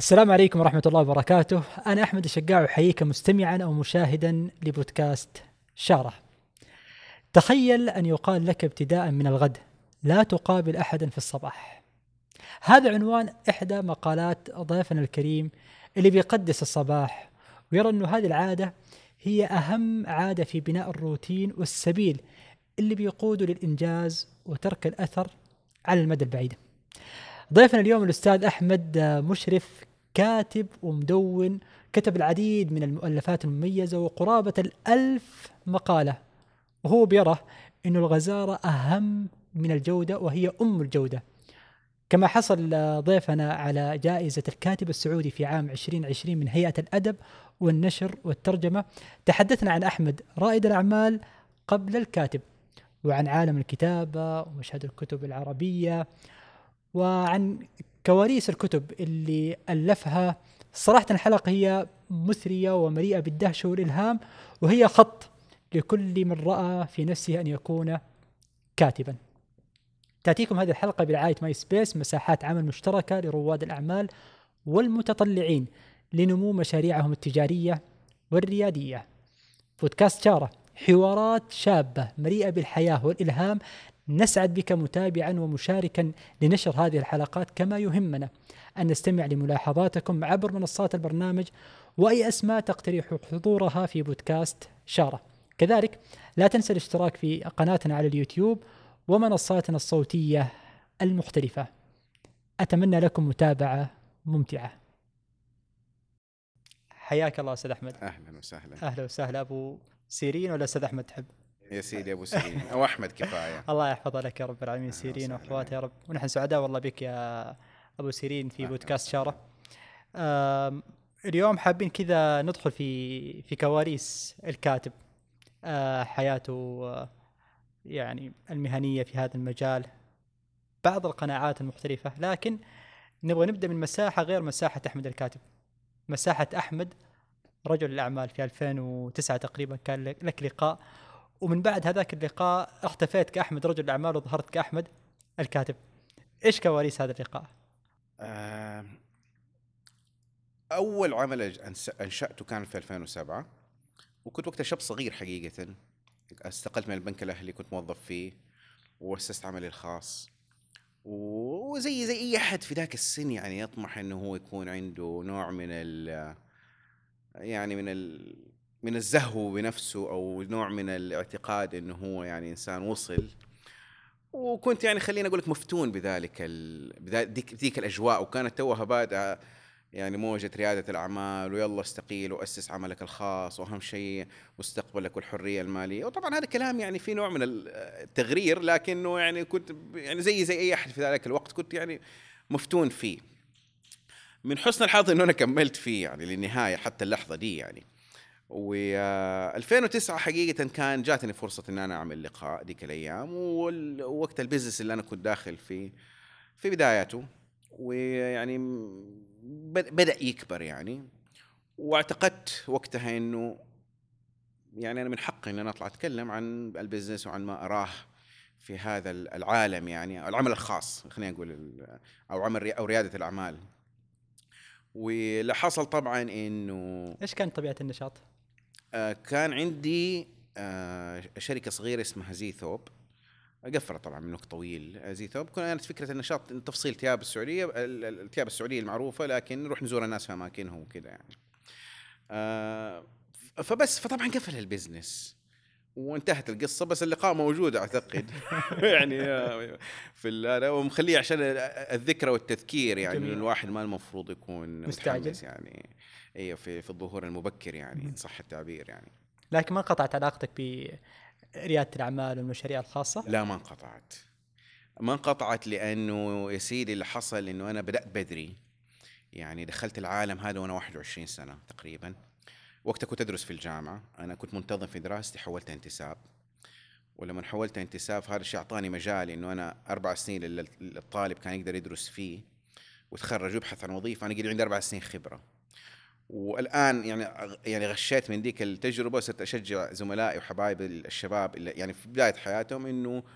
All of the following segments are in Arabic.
السلام عليكم ورحمة الله وبركاته. أنا أحمد الشقاع أحييك مستمعا أو مشاهدا لبودكاست شارة. تخيل أن يقال لك ابتداء من الغد: لا تقابل أحدا في الصباح. هذا عنوان إحدى مقالات ضيفنا الكريم اللي بيقدس الصباح، ويرى أن هذه العادة هي أهم عادة في بناء الروتين والسبيل اللي بيقود للإنجاز وترك الأثر على المدى البعيد. ضيفنا اليوم الأستاذ أحمد مشرف، كاتب ومدون، كتب العديد من المؤلفات المميزة وقرابة 1000 مقالة، وهو بيرى أن الغزارة أهم من الجودة وهي أم الجودة. كما حصل ضيفنا على جائزة الكاتب السعودي في عام 2020 من هيئة الأدب والنشر والترجمة. تحدثنا عن أحمد رائد الأعمال قبل الكاتب، وعن عالم الكتابة ومشهد الكتب العربية، وعن كواليس الكتب اللي ألفها. صراحة الحلقة هي مثرية ومليئة بالدهشة والإلهام، وهي خط لكل من رأى في نفسه أن يكون كاتبا. تأتيكم هذه الحلقة برعاية ماي سبيس، مساحات عمل مشتركة لرواد الأعمال والمتطلعين لنمو مشاريعهم التجارية والريادية. بودكاست شارة، حوارات شابة مليئة بالحياة والإلهام. نسعد بك متابعا ومشاركا لنشر هذه الحلقات، كما يهمنا أن نستمع لملاحظاتكم عبر منصات البرنامج وأي أسماء تقترح حضورها في بودكاست شارة. كذلك لا تنسى الاشتراك في قناتنا على اليوتيوب ومنصاتنا الصوتية المختلفة. أتمنى لكم متابعة ممتعة. حياك الله أستاذ أحمد. أهلا وسهلا. أهلا وسهلا. أبو سيرين ولا أستاذ أحمد تحب؟ يا سيدي أبو سيرين أو أحمد كفاية. الله يحفظه لك يا رب العالمين، أهلا سيرين وسهلا. واخواتها يا رب. ونحن سعداء والله بك يا ابو سيرين في أهلا بودكاست وسهلا. شارة. اليوم حابين كذا ندخل في كواليس الكاتب، حياته، يعني المهنية في هذا المجال، بعض القناعات المختلفة، لكن نبغى نبدأ من مساحة غير مساحة أحمد الكاتب، مساحة أحمد رجل الأعمال. في 2009 تقريبا كان لك لقاء، ومن بعد هذاك اللقاء اختفيت كأحمد رجل الأعمال وظهرت كأحمد الكاتب. إيش كواليس هذا اللقاء؟ آه، أول عمل أنشأته كان في 2007، وكنت وقتها شاب صغير حقيقة. استقلت من البنك الأهلي، كنت موظف فيه وأسست عملي الخاص. وزي أي أحد في ذاك السن يعني يطمح إنه هو يكون عنده نوع من يعني من الزهو بنفسه، أو نوع من الاعتقاد إنه هو يعني إنسان وصل. وكنت يعني خليني أقول لك مفتون ديك الأجواء، وكانت توها بادئة يعني موجة ريادة الأعمال، ويلا استقيل وأسس عملك الخاص، وأهم شيء مستقبلك والحرية المالية. وطبعا هذا الكلام يعني في نوع من التغرير، لكنه يعني كنت يعني زي أي أحد في ذلك الوقت كنت يعني مفتون فيه. من حسن الحظ إنه أنا كملت فيه يعني للنهاية حتى اللحظة دي يعني. و2009 حقيقة كان جاتني فرصة إن أنا أعمل لقاء ديك الأيام، ووقت البيزنس اللي أنا كنت داخل فيه في بداياته، ويعني بدأ يكبر يعني. واعتقدت وقتها إنه يعني أنا من حقي إن أنا أطلع أتكلم عن البيزنس وعن ما أراه في هذا العالم، يعني العمل الخاص خلينا نقول، أو عمل أو ريادة الأعمال. واللي حصل طبعا إنه إيش كانت طبيعة النشاط؟ كان عندي شركة صغيرة اسمها زي ثوب، قفلت طبعا من وقت طويل. زي ثوب كانت فكرة النشاط تفصيل ثياب السعودية، الثياب السعودية المعروفة، لكن نروح نزور الناس في أماكنهم وكذا يعني. فطبعا قفل البزنس وانتهت القصة، بس اللقاء موجود أعتقد يعني في هذا، ومخليه عشان الذكرى والتذكير يعني. جميل. الواحد ما المفروض يكون مستعجل. متحمس يعني. ايوه، في الظهور المبكر يعني، إن صح التعبير يعني. لكن ما قطعت علاقتك بريادة الأعمال والمشاريع الخاصة؟ لا، ما انقطعت لأنه يا سيدي اللي حصل إنه أنا بدأت بدري. يعني دخلت العالم هذا وأنا 21 سنة تقريبا. وقتها كنت أدرس في الجامعة، أنا كنت منتظم في دراستي، حولت انتساب. ولما حولت انتساب هذا الشيء أعطاني مجال إنه أنا 4 سنين اللي الطالب كان يقدر يدرس فيه وتخرج ويبحث عن وظيفة، أنا قد عندي 4 سنين خبرة. والآن يعني غشيت من ديك التجربة، صرت أشجع زملائي وحبايبي الشباب اللي يعني في بداية حياتهم إنه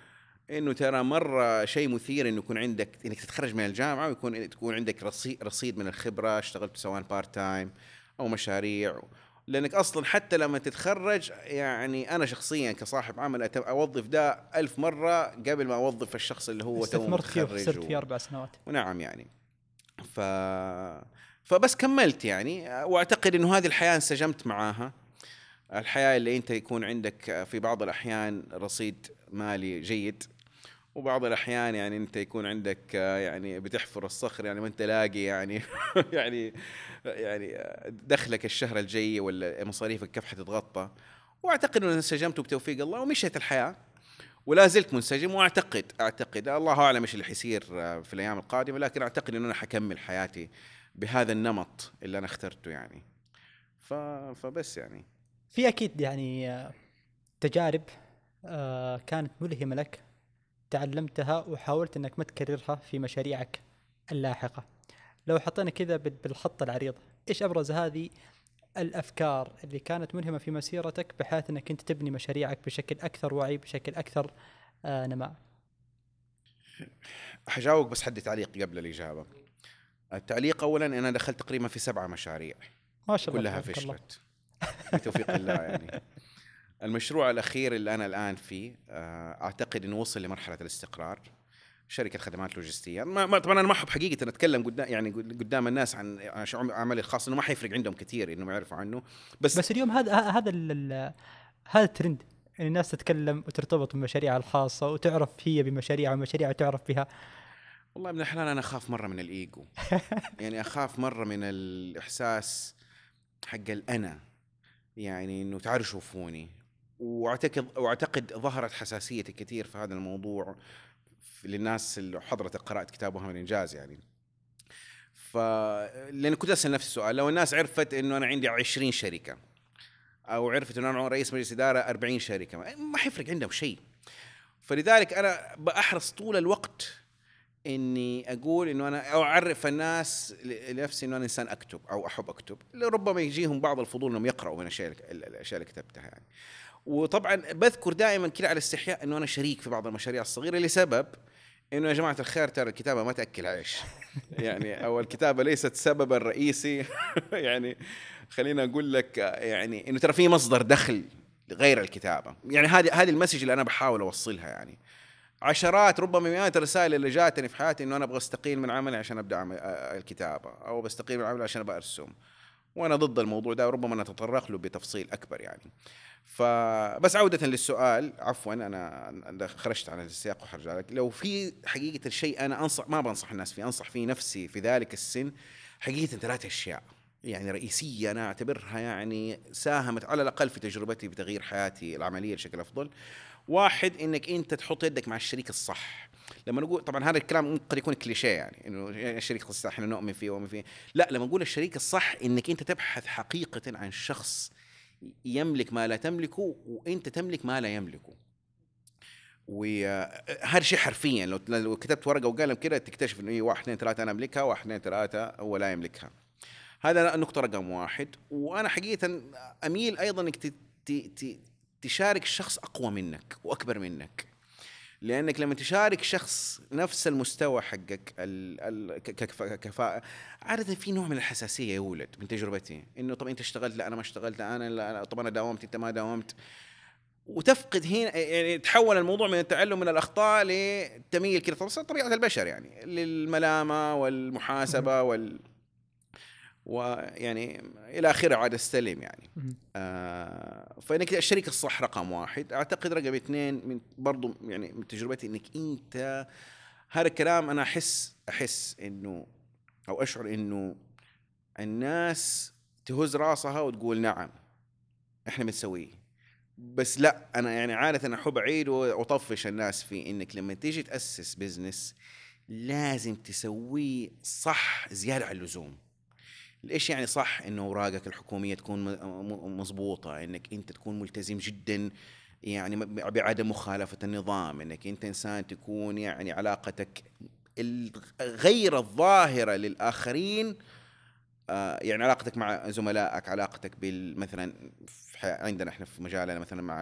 انه ترى مره شيء مثير انه يكون عندك انك تتخرج من الجامعه تكون عندك رصيد من الخبره، اشتغلت سواء بارت تايم او مشاريع. لانك اصلا حتى لما تتخرج، يعني انا شخصيا كصاحب عمل اوظف ده 1000 مره قبل ما اوظف الشخص اللي هو تو استثمرت فيه متخرج وخسرت فيه 4 سنوات. ونعم يعني. ف فبس كملت يعني، واعتقد انه هذه الحياه انسجمت معاها. الحياه اللي انت يكون عندك في بعض الاحيان رصيد مالي جيد، وبعض الأحيان يعني أنت يكون عندك يعني بتحفر الصخر يعني ما أنت لاقي يعني يعني دخلك الشهر الجاي ولا مصاريفك كيف حتتغطى. وأعتقد أنه انسجمت بتوفيق الله ومشيت الحياة، ولا زلت منسجم. وأعتقد الله أعلم إيش اللي حيصير في الأيام القادمة، لكن أعتقد أنه أنا حكمل حياتي بهذا النمط اللي أنا اخترته يعني. فبس يعني في اكيد يعني تجارب كانت ملهمة لك، تعلمتها وحاولت انك ما تكررها في مشاريعك اللاحقة. لو حطينا كذا بالخط العريض، ايش ابرز هذه الافكار اللي كانت ملهمة في مسيرتك بحيث انك انت تبني مشاريعك بشكل اكثر وعي، بشكل اكثر نماء؟ حجاوب، بس حدي تعليق قبل الإجابة. التعليق أولا أنا دخلت تقريبا في 7 مشاريع ما شاء الله كلها تبارك الله. فشلت بتوفيق الله يعني. المشروع الأخير اللي أنا الآن فيه أعتقد أنه وصل لمرحلة الاستقرار، شركة خدمات لوجستية. طبعا أنا ما أحب حقيقة أن أتكلم قدام يعني قدام الناس عن عملي الخاص، إنه ما حيفرق عندهم كثير إنه يعرفوا عنه. بس اليوم هذا الترند، ان الناس تتكلم وترتبط بمشاريعها الخاصة وتعرف هي بمشاريعها ومشاريعها تعرف بها. والله من الحلال أنا أخاف مرة من الإيجو يعني أخاف مرة من الإحساس حق الأنا، يعني إنه تعالوا شوفوني. وأعتقد ظهرت حساسيتي كثير في هذا الموضوع للناس اللي حضرت قرأت كتاب وهم الإنجاز يعني. لأن كنت أسأل نفسي السؤال، لو الناس عرفت إنه أنا عندي 20 شركة، أو عرفت إنه أنا رئيس مجلس إدارة 40 شركة، ما حيفرق عندهم شيء. فلذلك أنا بأحرص طول الوقت إني أقول إنه أنا أو أعرف الناس لنفسي إنه أنا إنسان أكتب أو أحب أكتب. ربما يجيهم بعض الفضول إنهم يقرأوا من الأشياء اللي كتبتها يعني. وطبعا بذكر دائما كده على استحياء إنه أنا شريك في بعض المشاريع الصغيرة، لسبب إنه يا جماعة الخير ترى الكتابة ما تأكل عيش يعني، أو الكتابة ليست سبب الرئيسي يعني. خلينا أقول لك يعني إنه ترى في مصدر دخل غير الكتابة يعني. هذه المسج اللي أنا بحاول أوصلها يعني. عشرات ربما مئات الرسائل اللي جاتني في حياتي إنه أنا أبغى أستقيل من عملي عشان أبدأ الكتابة، أو بستقيل من عملي عشان أبغى أرسم، وأنا ضد الموضوع ده، وربما نتطرق له بتفصيل أكبر يعني. فبس عودة للسؤال، عفوا أنا خرجت عن السياق وحرجع لك. لو في حقيقة الشيء أنا ما بنصح الناس فيه، أنصح فيه نفسي في ذلك السن، حقيقة 3 أشياء يعني رئيسية أنا أعتبرها يعني ساهمت على الأقل في تجربتي بتغيير حياتي العملية بشكل أفضل. 1، إنك أنت تحط يدك مع الشريك الصح. لما نقول طبعا هذا الكلام قد يكون كليشيه يعني انه الشريك الصح احنا نؤمن فيه ومن فيه، لا، لما نقول الشريك الصح انك انت تبحث حقيقه عن شخص يملك ما لا تملكه وانت تملك ما لا يملكه. وهذا شيء حرفيا لو كتبت ورقه وقلم كده تكتشف انه 1 2 3 انا املكها، 1 2 3 هو لا يملكها. هذا النقطه رقم 1. وانا حقيقه اميل ايضا انك تشارك شخص اقوى منك واكبر منك، لانك لما تشارك شخص نفس المستوى حقك كفاءه، عاده في نوع من الحساسيه يولد من تجربتي، انه طب انت اشتغلت، لا انا ما اشتغلت، انا لا، طب انا داومت انت ما داومت. وتفقد هنا يعني تحول الموضوع من التعلم من الاخطاء لتميل كده طبيعه البشر يعني للملامه والمحاسبه ويعني الى اخره عاد استلم يعني. فانك الشريك الصح رقم 1. اعتقد رقم 2 من برضو يعني من تجربتي انك انت هذا الكلام انا احس انه او اشعر انه الناس تهز راسها وتقول نعم احنا بنسويه، بس لا، انا يعني عاده احب اعيد واطفش الناس في انك لما تيجي تاسس بزنس لازم تسويه صح زياده عن اللزوم. ليش يعني صح؟ انه اوراقك الحكوميه تكون مضبوطه، انك انت تكون ملتزم جدا يعني بعدم مخالفه النظام، انك انت انسان تكون يعني علاقتك غير الظاهره للاخرين يعني علاقتك مع زملائك، علاقتك مثلا عندنا احنا في مجالنا مثلا مع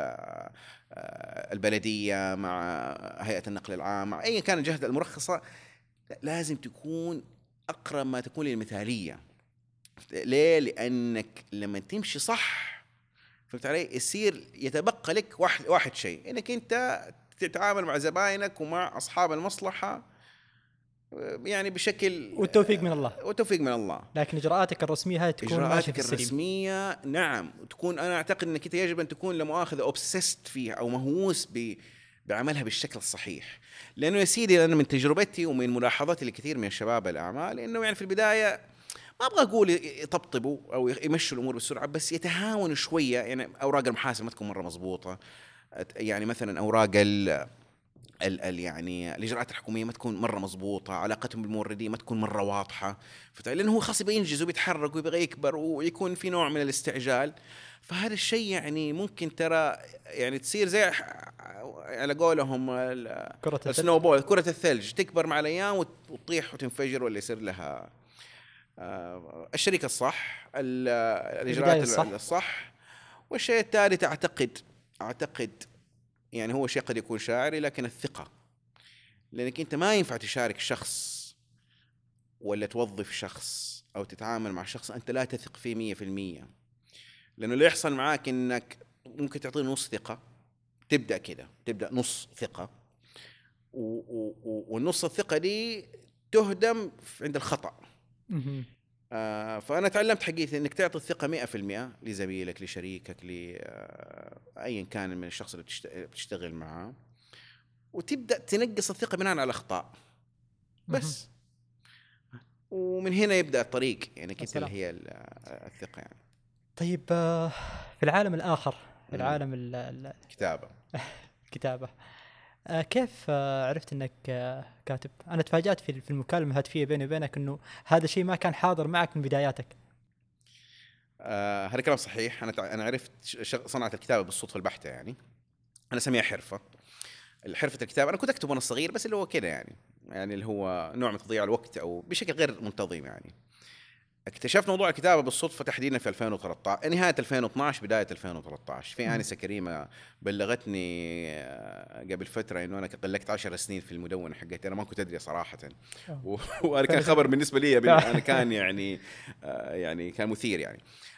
البلديه، مع هيئه النقل العام، مع اي كان الجهه المرخصه، لازم تكون اقرب ما تكون للمثاليه. ليه؟ لانك لما تمشي صح، فهمت علي، يصير يتبقى لك واحد شيء، انك انت تتعامل مع زباينك ومع اصحاب المصلحه يعني بشكل والتوفيق من الله. وتوفيق من الله. لكن اجراءاتك الرسميه هاي تكون ماشيه في اجراءاتك السليم. الرسميه نعم تكون، انا اعتقد انك انت يجب ان تكون لا مؤاخذه اوبسيست فيها او مهووس بعملها بالشكل الصحيح. لانه يا سيدي انا من تجربتي ومن ملاحظاتي لكثير من الشباب الاعمال، انه يعني في البدايه ما ابغى اقول يطبطبوا او يمشوا الامور بسرعه، بس يتهاونوا شويه. يعني اوراق المحاسبه ما تكون مره مضبوطه، يعني مثلا اوراق يعني الاجراءات الحكوميه ما تكون مره مضبوطه، علاقتهم بالموردين ما تكون مره واضحه، لانه هو خاص يبغى ينجز وبيتحرك ويبغى يكبر ويكون في نوع من الاستعجال. فهذا الشيء يعني ممكن ترى يعني تصير زي على قولهم السنو بول، كره الثلج، تكبر مع الايام وتطيح وتنفجر ولا يصير لها. الشركه الصح، الاجراءات الصح. والشيء الثالث اعتقد يعني هو شيء قد يكون شاعري، لكن الثقة. لأنك أنت ما ينفع تشارك شخص ولا توظف شخص أو تتعامل مع شخص أنت لا تثق فيه 100%. لأنه اللي يحصل معاك أنك ممكن تعطيه نص ثقة، تبدأ نص ثقة، والنص الثقة دي تهدم عند الخطأ. فأنا تعلمت حقيقة أنك تعطي الثقة 100% لزميلك، لشريكك، لأيا كان من الشخص اللي بتشتغل معه، وتبدأ تنقص الثقة بناء على الأخطاء بس. ومن هنا يبدأ الطريق، يعني كنت اللي هي الثقة يعني. طيب في العالم الآخر، في العالم الكتابة، كيف عرفت أنك كاتب؟ أنا تفاجأت في المكالمة الهاتفية بيني وبينك أنه هذا شيء ما كان حاضر معك من بداياتك. هذا كلام صحيح. أنا عرفت صنعة الكتابة بالصدفة البحتة. يعني أنا سميها حرفة الكتابة. أنا كنت أكتب وأنا صغير، بس اللي هو كده يعني اللي هو نوع من تضييع الوقت أو بشكل غير منتظم. يعني اكتشفت موضوع الكتابة بالصدفة تحديدا في 2013، نهاية 2012 بداية 2013. في آنسة كريمة بلغتني قبل فترة إنه أنا قلقت 10 سنين في المدونة حقتي. أنا ما كنت أدري صراحة، وأنا كان خبر بالنسبة لي أنا كان يعني كان مثير. يعني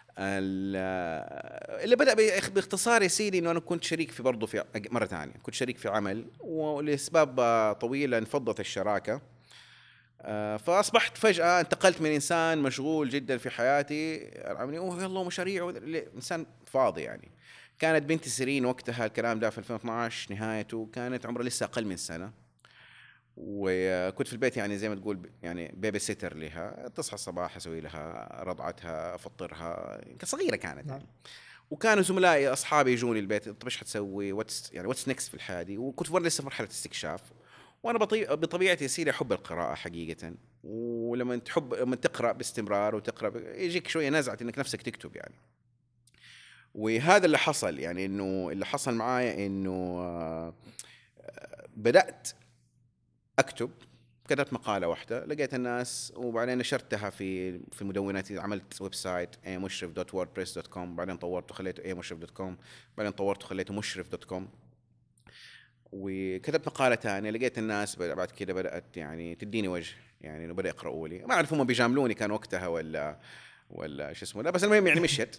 اللي بدأ باختصار يا سيدي إنه أنا كنت شريك في برضه في مرة ثانية كنت شريك في عمل، ولأسباب طويلة انفضت الشراكة. فأصبحت فجأة انتقلت من إنسان مشغول جدا في حياتي يلا مشاريع إنسان فاضي. يعني كانت بنتي سيرين وقتها، الكلام ده في 2012 نهايته، كانت عمرها لسه أقل من سنة، وكنت في البيت يعني زي ما تقول يعني بيبي سيتر لها. تصحى الصباح أسوي لها رضعتها، أفطرها، صغيرة كانت يعني. وكانوا زملائي أصحابي يجوني البيت، طب إيش حتسوي، واتس نكست في الحادي. وكنت وانا لسه في مرحلة استكشاف، وانا بطبيعتي يصير احب القراءه حقيقه. ولما لما تقرا باستمرار وتقرا يجيك شويه نزعه انك نفسك تكتب يعني. وهذا اللي حصل، يعني انه اللي حصل معايا انه بدات اكتب. كتبت مقاله واحده، لقيت الناس، وبعدين نشرتها في مدوناتي. عملت ويب سايت mushrif.wordpress.com، بعدين طورته وخليته mushrif.com، بعدين طورته وخليته mushrif.com. وكتبت مقالة تانية، لقيت الناس بعد كده بدأت يعني تديني وجه، يعني انه بدأ يقرأوا لي. ما اعرف هم بيجاملوني كان وقتها ولا شو اسمه، لا بس المهم يعني مشيت.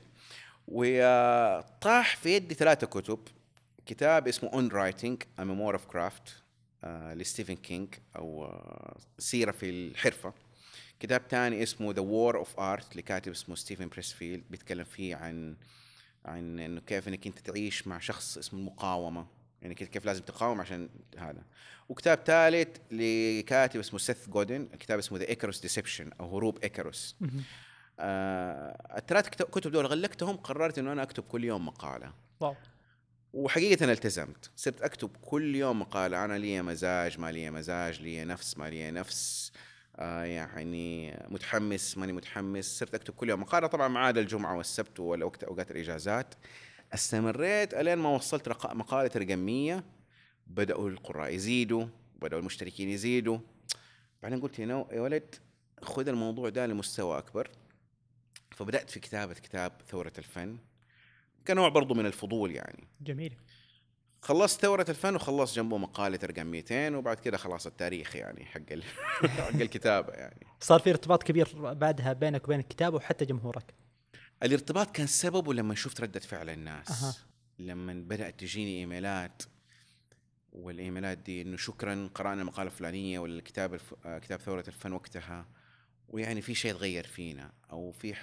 وطاح في يدي 3 كتب. كتاب اسمه On Writing A Memoir of Craft لستيفن كينج، او سيرة في الحرفة. كتاب تاني اسمه The War of Art لكاتب اسمه ستيفن بريسفيلد، بيتكلم فيه عن انه كيف انك انت تعيش مع شخص اسمه المقاومة، يعني كيف لازم تقاوم عشان هذا. وكتاب ثالث لكاتب اسمه سيث جودن، كتاب اسمه The Icarus Deception أو هروب إيكاروس. الثلاث كتب دول غلقتهم، قررت إنه أنا أكتب كل يوم مقالة. واو. وحقيقة أنا التزمت، صرت أكتب كل يوم مقالة. أنا لي مزاج ما لي مزاج، لي نفس ما لي نفس، يعني متحمس ماني متحمس، صرت أكتب كل يوم مقالة. طبعا ما عدا الجمعة والسبت أوقات الإجازات. استمريت ألين ما وصلت مقالة رقم 100. بدأوا القراء يزيدوا، بدأوا المشتركين يزيدوا. بعدين قلت يا ولد، خذ الموضوع ده لمستوى اكبر. فبدات في كتابه كتاب ثوره الفن كنوع برضو من الفضول يعني. جميل. خلصت ثورة الفن وخلصت جنبه مقالة رقم 200 وبعد كده خلاص التاريخ يعني حق الكتابة يعني. صار في ارتباط كبير بعدها بينك وبين الكتابة وحتى جمهورك. الارتباط كان سببه لما شفت ردة فعل الناس. أها. لما بدأت تجيني إيميلات، والإيميلات دي إنه شكرا قرأنا المقالة الفلانية ولا كتاب ثورة الفن وقتها، ويعني في شيء تغير فينا أو في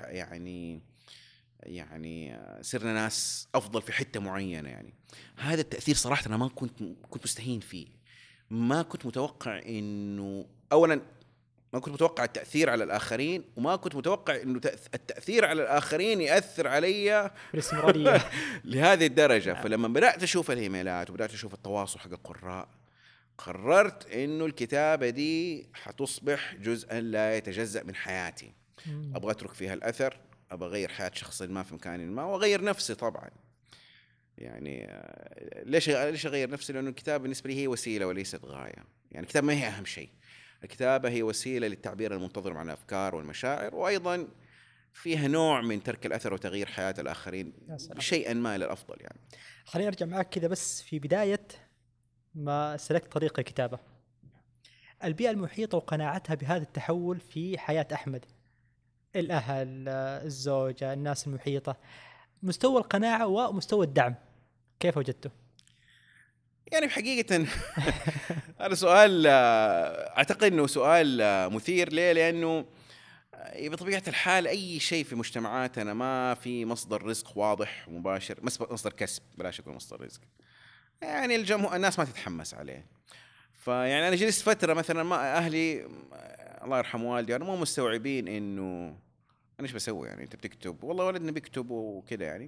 يعني صرنا ناس افضل في حته معينه يعني. هذا التاثير صراحه انا ما كنت مستهين فيه. ما كنت متوقع انه اولا ما كنت متوقع التاثير على الاخرين، وما كنت متوقع انه التاثير على الاخرين ياثر علي بالاستمراريه. لهذه الدرجه. فلما بدات اشوف الايميلات وبدات اشوف التواصل حق القراء، قررت انه الكتابه دي حتصبح جزءا لا يتجزأ من حياتي. ابغى اترك فيها الاثر، ابغى اغير حياه شخص ما في مكان ما، واغير نفسي طبعا. يعني ليش اغير نفسي؟ لانه الكتابه بالنسبه لي هي وسيله وليست غايه. يعني الكتابه ما هي اهم شيء، الكتابه هي وسيله للتعبير المنتظم عن الافكار والمشاعر، وايضا فيها نوع من ترك الاثر وتغيير حياه الاخرين شيئا ما الى الافضل يعني. خليني ارجع معك كذا بس في بدايه ما سلكت طريق الكتابه، البيئه المحيطه وقناعتها بهذا التحول في حياه احمد، الاهل، الزوجه، الناس المحيطه، مستوى القناعه ومستوى الدعم كيف وجدته؟ يعني بحقيقة هذا سؤال أعتقد أنه سؤال مثير. ليه؟ لأنه بطبيعة الحال أي شيء في مجتمعاتنا ما في مصدر رزق واضح ومباشر، مصدر كسب، بلاش أقول مصدر رزق. يعني الناس ما تتحمس عليه. فيعني أنا جلست فترة مثلا ما أهلي الله يرحم والدي أنا مو مستوعبين إنه أنا إيش بسوي يعني. أنت بتكتب، والله ولدنا بيكتب وكذا يعني.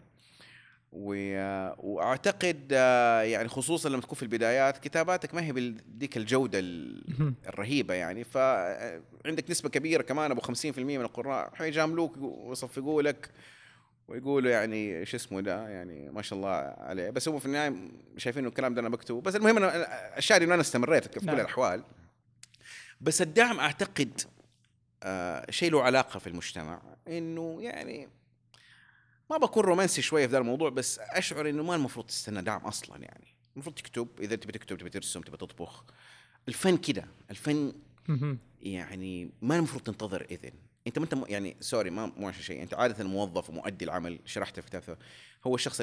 واعتقد يعني خصوصا لما تكون في البدايات كتاباتك ما هي بديك الجوده الرهيبه يعني. فعندك نسبه كبيره كمان ابو 50% من القراء حيجاملوك ويصفقوا لك ويقولوا يعني ايش اسمه ده يعني ما شاء الله عليه، بس هو في النهايه شايفين الكلام ده انا بكتبه. بس المهم انا الشاهد انه انا استمريت في كل الاحوال. بس الدعم اعتقد شيء له علاقه في المجتمع، انه يعني ما بكون رومانسي شويه في ذا الموضوع، بس اشعر انه ما المفروض تستنى دعم اصلا. يعني المفروض تكتب، اذا تبي تكتب، تبي ترسم، تبي تطبخ، الفن كده، الفن يعني ما المفروض تنتظر اذن. انت يعني سوري ما مو عشان شيء، انت عاده موظف ومؤدي العمل، شرحت في كتاب هو الشخص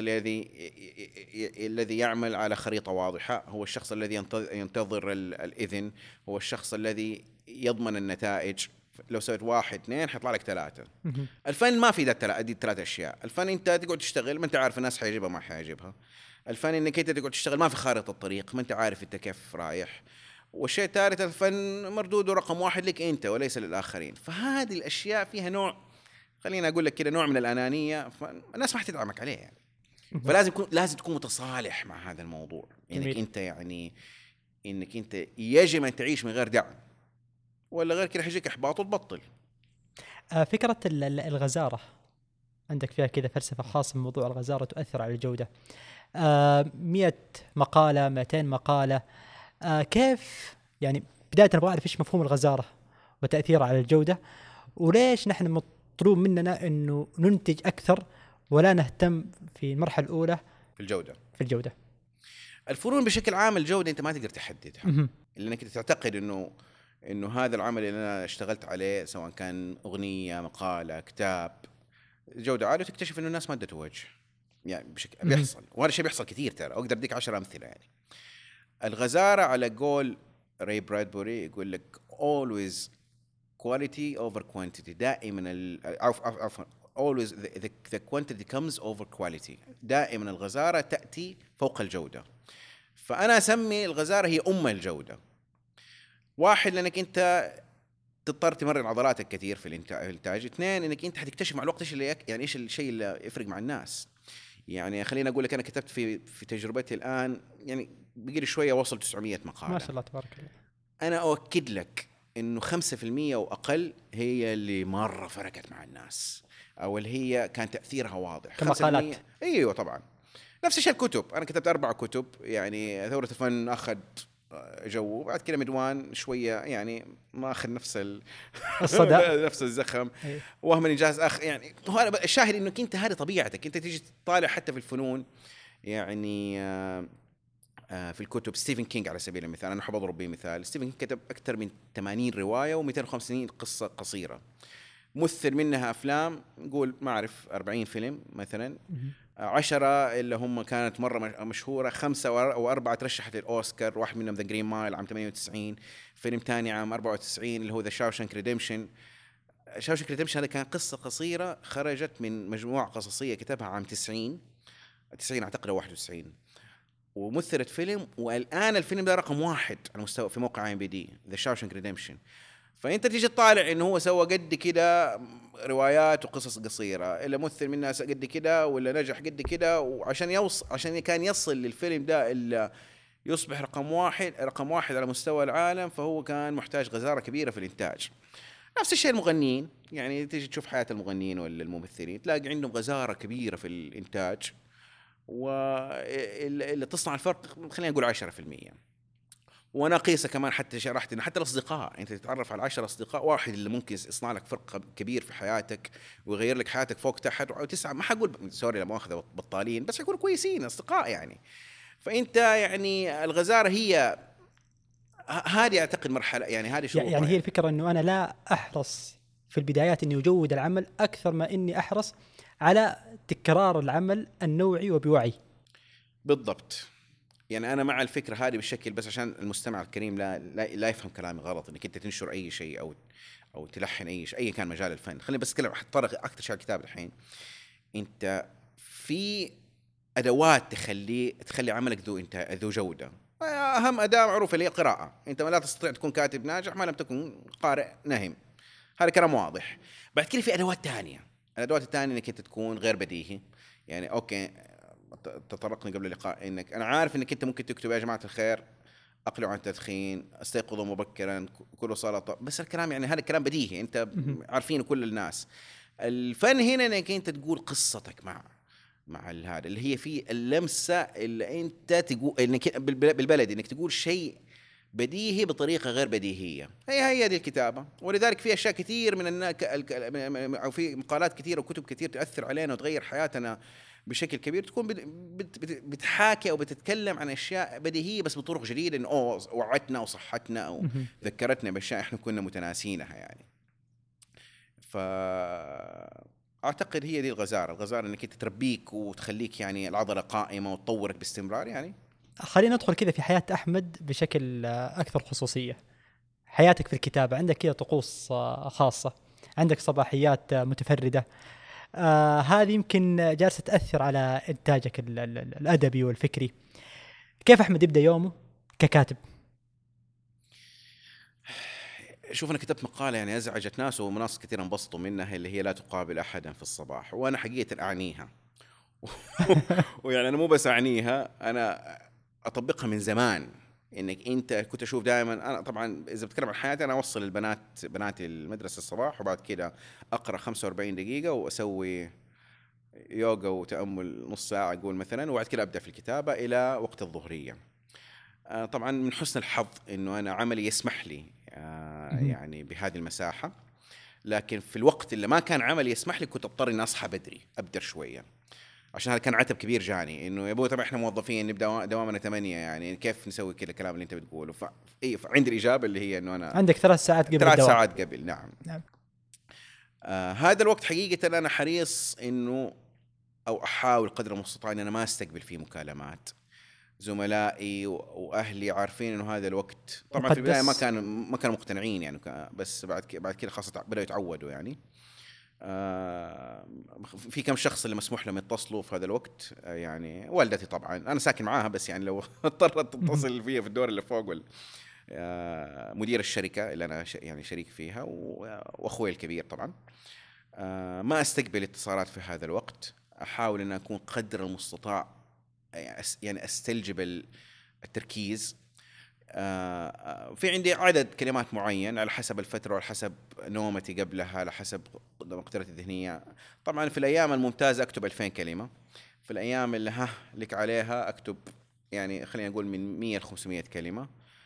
الذي يعمل على خريطه واضحه، هو الشخص الذي ينتظر الاذن، هو الشخص الذي يضمن النتائج. لو سويت 1 2 حيطلع لك 3. الفن ما في دي 3 أشياء. الفن انت تقعد تشتغل ما انت عارف الناس حيعجبها ما حيعجبها. الفن انك انت تقعد تشتغل ما في خارطة الطريق، ما انت عارف انت كيف رايح. والشيء الثالث الفن مردوده رقم 1 لك انت وليس للآخرين. فهذه الأشياء فيها نوع، خلينا أقول لك كده، نوع من الأنانية، فالناس ما حتدعمك عليه يعني. لازم تكون متصالح مع هذا الموضوع، انك انت يعني انك انت يجب ان تعيش من غير دعم، ولا غير كده حيجيك احباط وتبطل. فكرة الغزارة عندك فيها كذا فلسفة خاصة بموضوع الغزارة تؤثر على الجودة. 100 مقالة 200 مقالة، كيف يعني بداية نبغى نعرف إيش مفهوم الغزارة وتأثيره على الجودة، وليش نحن مطلوب مننا إنه ننتج أكثر ولا نهتم في المرحلة الأولى في الجودة. الفنون بشكل عام الجودة أنت ما تقدر تحددها، لأنك تعتقد إنه هذا العمل اللي أنا اشتغلت عليه سواء كان أغنية، مقالة، كتاب، جودة عالية، وتكتشف إنه الناس ما ادته وجه يعني بشكل بيحصل. وهذا الشيء بيحصل كثير ترى، أقدر أديك 10 أمثلة يعني. الغزارة على قول راي برادبوري يقول لك always quality over quantity. دائما عفوا always the quantity comes over quality. دائما الغزارة تأتي فوق الجودة. فأنا أسمي الغزارة هي الجودة. 1 لأنك أنت تضطر تمرن عضلاتك كثير في الإنتاج. 2 إنك أنت حتكتشف مع الوقت إيش الشيء اللي يفرق مع الناس. يعني خلينا أقول لك أنا كتبت في تجربتي الآن يعني بقي شوية وصل 900 مقالة ما شاء الله تبارك الله. أنا أؤكد لك إنه 5% وأقل هي اللي مرة فرقت مع الناس، أو اللي هي كان تأثيرها واضح. كمقالات. أيوة طبعا. نفس الشيء الكتب، أنا كتبت 4 كتب يعني. ثورة الفن أخذ جو. بعد كده مدوان شويه يعني ما اخذ نفس الصدى. نفس الزخم. إيه. وهم الانجاز يعني هو الشاهد انك انت هذه طبيعتك، انت تيجي تطالع حتى في الفنون يعني في الكتب. ستيفن كينج على سبيل المثال، انا احب اضرب به مثال. ستيفن كينج كتب اكثر من 80 روايه و250 قصه قصيره، مثل منها افلام، نقول ما اعرف 40 فيلم مثلا. 10 اللي هم كانت مرة مشهورة، 5 أو 4 ترشحت للأوسكار، واحد منهم ذا جرين مايل عام 98، فيلم تاني عام 94 اللي هو ذا شاوشانك ريديمشن. شاوشانك ريديمشن هذا كان قصة قصيرة خرجت من مجموعة قصصية كتبها عام 90 أعتقد أو 91، ومثلت فيلم، والآن الفيلم ده رقم 1 على مستوى في موقع IMDb، ذا شاوشانك ريديمشن. فانت تيجي تطالع انه هو سوى قد كده روايات وقصص قصيره، الا مثل منها قد كده ولا نجح قد كده، وعشان عشان كان يصل للفيلم ده الا يصبح رقم واحد على مستوى العالم، فهو كان محتاج غزاره كبيره في الانتاج. نفس الشيء المغنيين، يعني تيجي تشوف حياه المغنيين ولا الممثلين تلاقي عندهم غزاره كبيره في الانتاج، واللي تصنع الفرق خلينا نقول 10%. وانا قيسه كمان، حتى شرحت ان حتى الاصدقاء، انت تتعرف على 10 اصدقاء، واحد اللي ممكن يصنع لك فرق كبير في حياتك ويغير لك حياتك فوق تحت، او 9 ما حقول سوري لا مؤاخذه بطالين، بس يكونوا كويسين اصدقاء يعني. فانت يعني الغزاره هي هذه اعتقد مرحله، يعني هذه شروطها. يعني هي الفكرة انه انا لا احرص في البدايات اني اجود العمل اكثر ما اني احرص على تكرار العمل النوعي وبوعي. بالضبط. يعني انا مع الفكره هذه بالشكل، بس عشان المستمع الكريم لا يفهم كلامي غلط، انك انت تنشر اي شيء او تلحن اي شيء اي كان مجال الفن. خليني بس اتكلم حتطرق اكثر شيء على الكتاب الحين. انت في ادوات تخلي عملك ذو جوده. اهم اداه معروفه اللي هي القراءه. انت ما لا تستطيع تكون كاتب ناجح ما لم تكن قارئ نهم، هذا كلام واضح. بعد كده في ادوات ثانيه. الادوات الثانيه انك انت تكون غير بديهي. يعني اوكي، تطرقنا قبل اللقاء انك انا عارف انك انت ممكن تكتب يا جماعه الخير اقلعوا عن التدخين، استيقظوا مبكرا، كلوا سلطه، بس الكلام يعني هذا الكلام بديهي انت عارفينه كل الناس. الفن هنا انك انت تقول قصتك مع هذا اللي هي في اللمسه اللي انت تقول انك بالبلد انك تقول شيء بديهي بطريقه غير بديهية. هي هذه الكتابه. ولذلك في اشياء كثير او في مقالات كثيره وكتب كثير تاثر علينا وتغير حياتنا بشكل كبير، تكون بتحاكي او بتتكلم عن اشياء بديهيه بس بطرق جديده، انه وعتنا وصحتنا او ذكرتنا باشياء احنا كنا متناسينها يعني. اعتقد هي دي الغزاره انك انت تربيك وتخليك يعني العضله قائمه وتطورك باستمرار يعني. خلينا ندخل كذا في حياة أحمد بشكل أكثر خصوصية. حياتك في الكتابة عندك كذا طقوس خاصة، عندك صباحيات متفردة، هذه يمكن جالسة تأثر على إنتاجك الأدبي والفكري. كيف أحمد يبدأ يومه ككاتب؟ شوف أنا كتبت مقالة يعني أزعجت ناس وناس كثير انبسطوا منها، اللي هي لا تقابل أحدا في الصباح، وأنا حقيقة أعنيها. ويعني أنا مو بس أعنيها، أنا أطبقها من زمان. إنك أنت كنت أشوف دائما، أنا طبعا إذا بتكلم عن حياتي أنا أوصل بناتي المدرسة الصباح، وبعد كده أقرأ 45 دقيقة وأسوي يوغا وتأمل نص ساعة أقول مثلا، وبعد كده أبدأ في الكتابة إلى وقت الظهرية. طبعا من حسن الحظ إنه أنا عملي يسمح لي يعني بهذه المساحة، لكن في الوقت اللي ما كان عملي يسمح لي كنت اضطر اني اصحى بدري ابدر شويه، عشان هذا كان عتب كبير جاني انه يا ابوي طبعا احنا موظفين نبدا دوامنا 8، يعني كيف نسوي كذا الكلام اللي انت بتقوله. فعندي الاجابه اللي هي انه انا عندك 3 ساعات قبل 3 الدوام. ساعات قبل، نعم. هذا الوقت حقيقه انا حريص انه او احاول قدر المستطاع ان انا ما استقبل فيه مكالمات. زملائي واهلي عارفين انه هذا الوقت طبعا مقدس. في البدايه ما كانوا مقتنعين يعني، بس بعد كده خاصه بداوا يتعودوا يعني. في كم شخص اللي مسموح لهم يتصلوا في هذا الوقت، يعني والدتي طبعا انا ساكن معاها، بس يعني لو اضطرت تتصل فيها في الدور اللي فوق مدير الشركه اللي انا يعني شريك فيها، واخوي الكبير طبعا. ما استقبل اتصالات في هذا الوقت. احاول ان اكون قدر المستطاع يعني استلجب التركيز. في عندي عدد كلمات معين على حسب الفترة وعلى حسب نومتي قبلها، على حسب مقدرتي الذهنية. طبعا في الأيام الممتازة أكتب 2000 كلمة، في الأيام اللي لك عليها أكتب يعني خلينا نقول من 100 ل 500 كلمة.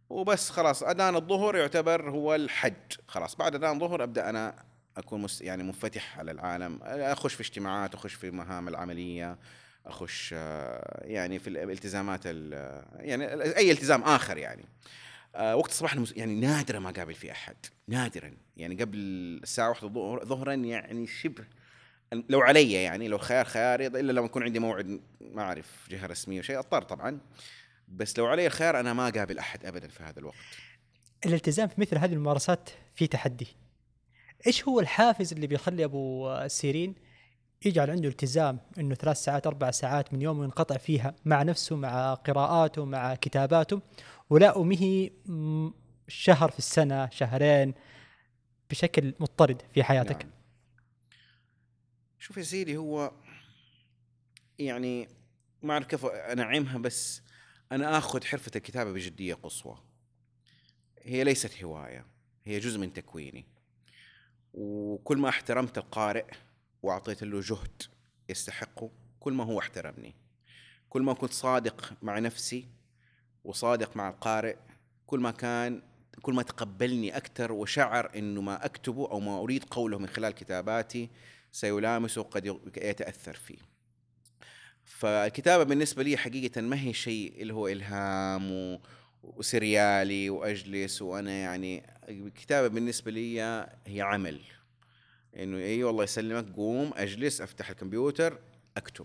وبس خلاص أذان الظهر يعتبر هو الحج، خلاص بعد أذان الظهر أبدأ أنا أكون يعني منفتح على العالم، أخش في اجتماعات، أخش في مهام العملية، أخش يعني في الالتزامات يعني أي التزام آخر يعني. وقت الصباح يعني نادرا ما قابل فيه أحد، نادرا يعني قبل الساعة 1 ظهرا يعني شبه، لو علي يعني لو خياري إلا لما يكون عندي موعد ما أعرف جهة رسمية وشيء أضطر طبعا، بس لو علي الخيار أنا ما قابل أحد أبدا في هذا الوقت. الالتزام في مثل هذه الممارسات في تحدي. إيش هو الحافز اللي بيخلي أبو سيرين يجعل عنده التزام إنه 3 ساعات 4 ساعات من يوم ينقطع فيها مع نفسه، مع قراءاته، مع كتاباته، ولا أمه شهر في السنة، شهرين بشكل مضطرد في حياتك؟ نعم. شوف يا سيدي، هو يعني ما أعرف كيف أنعمها، بس أنا آخذ حرفة الكتابة بجدية قصوى. هي ليست هواية، هي جزء من تكويني. وكل ما احترمت القارئ وأعطيت له جهد يستحقه، كل ما هو احترمني. كل ما كنت صادق مع نفسي وصادق مع القارئ، كل ما تقبلني أكثر وشعر إنه ما أكتبه أو ما أريد قوله من خلال كتاباتي سيلامسه، قد يتأثر فيه. فالكتابة بالنسبة لي حقيقة ما هي شيء اللي هو إلهام وسريالي وأجلس وأنا يعني. الكتابة بالنسبة لي هي عمل، إنه أي والله يسلمك، قوم أجلس أفتح الكمبيوتر أكتب.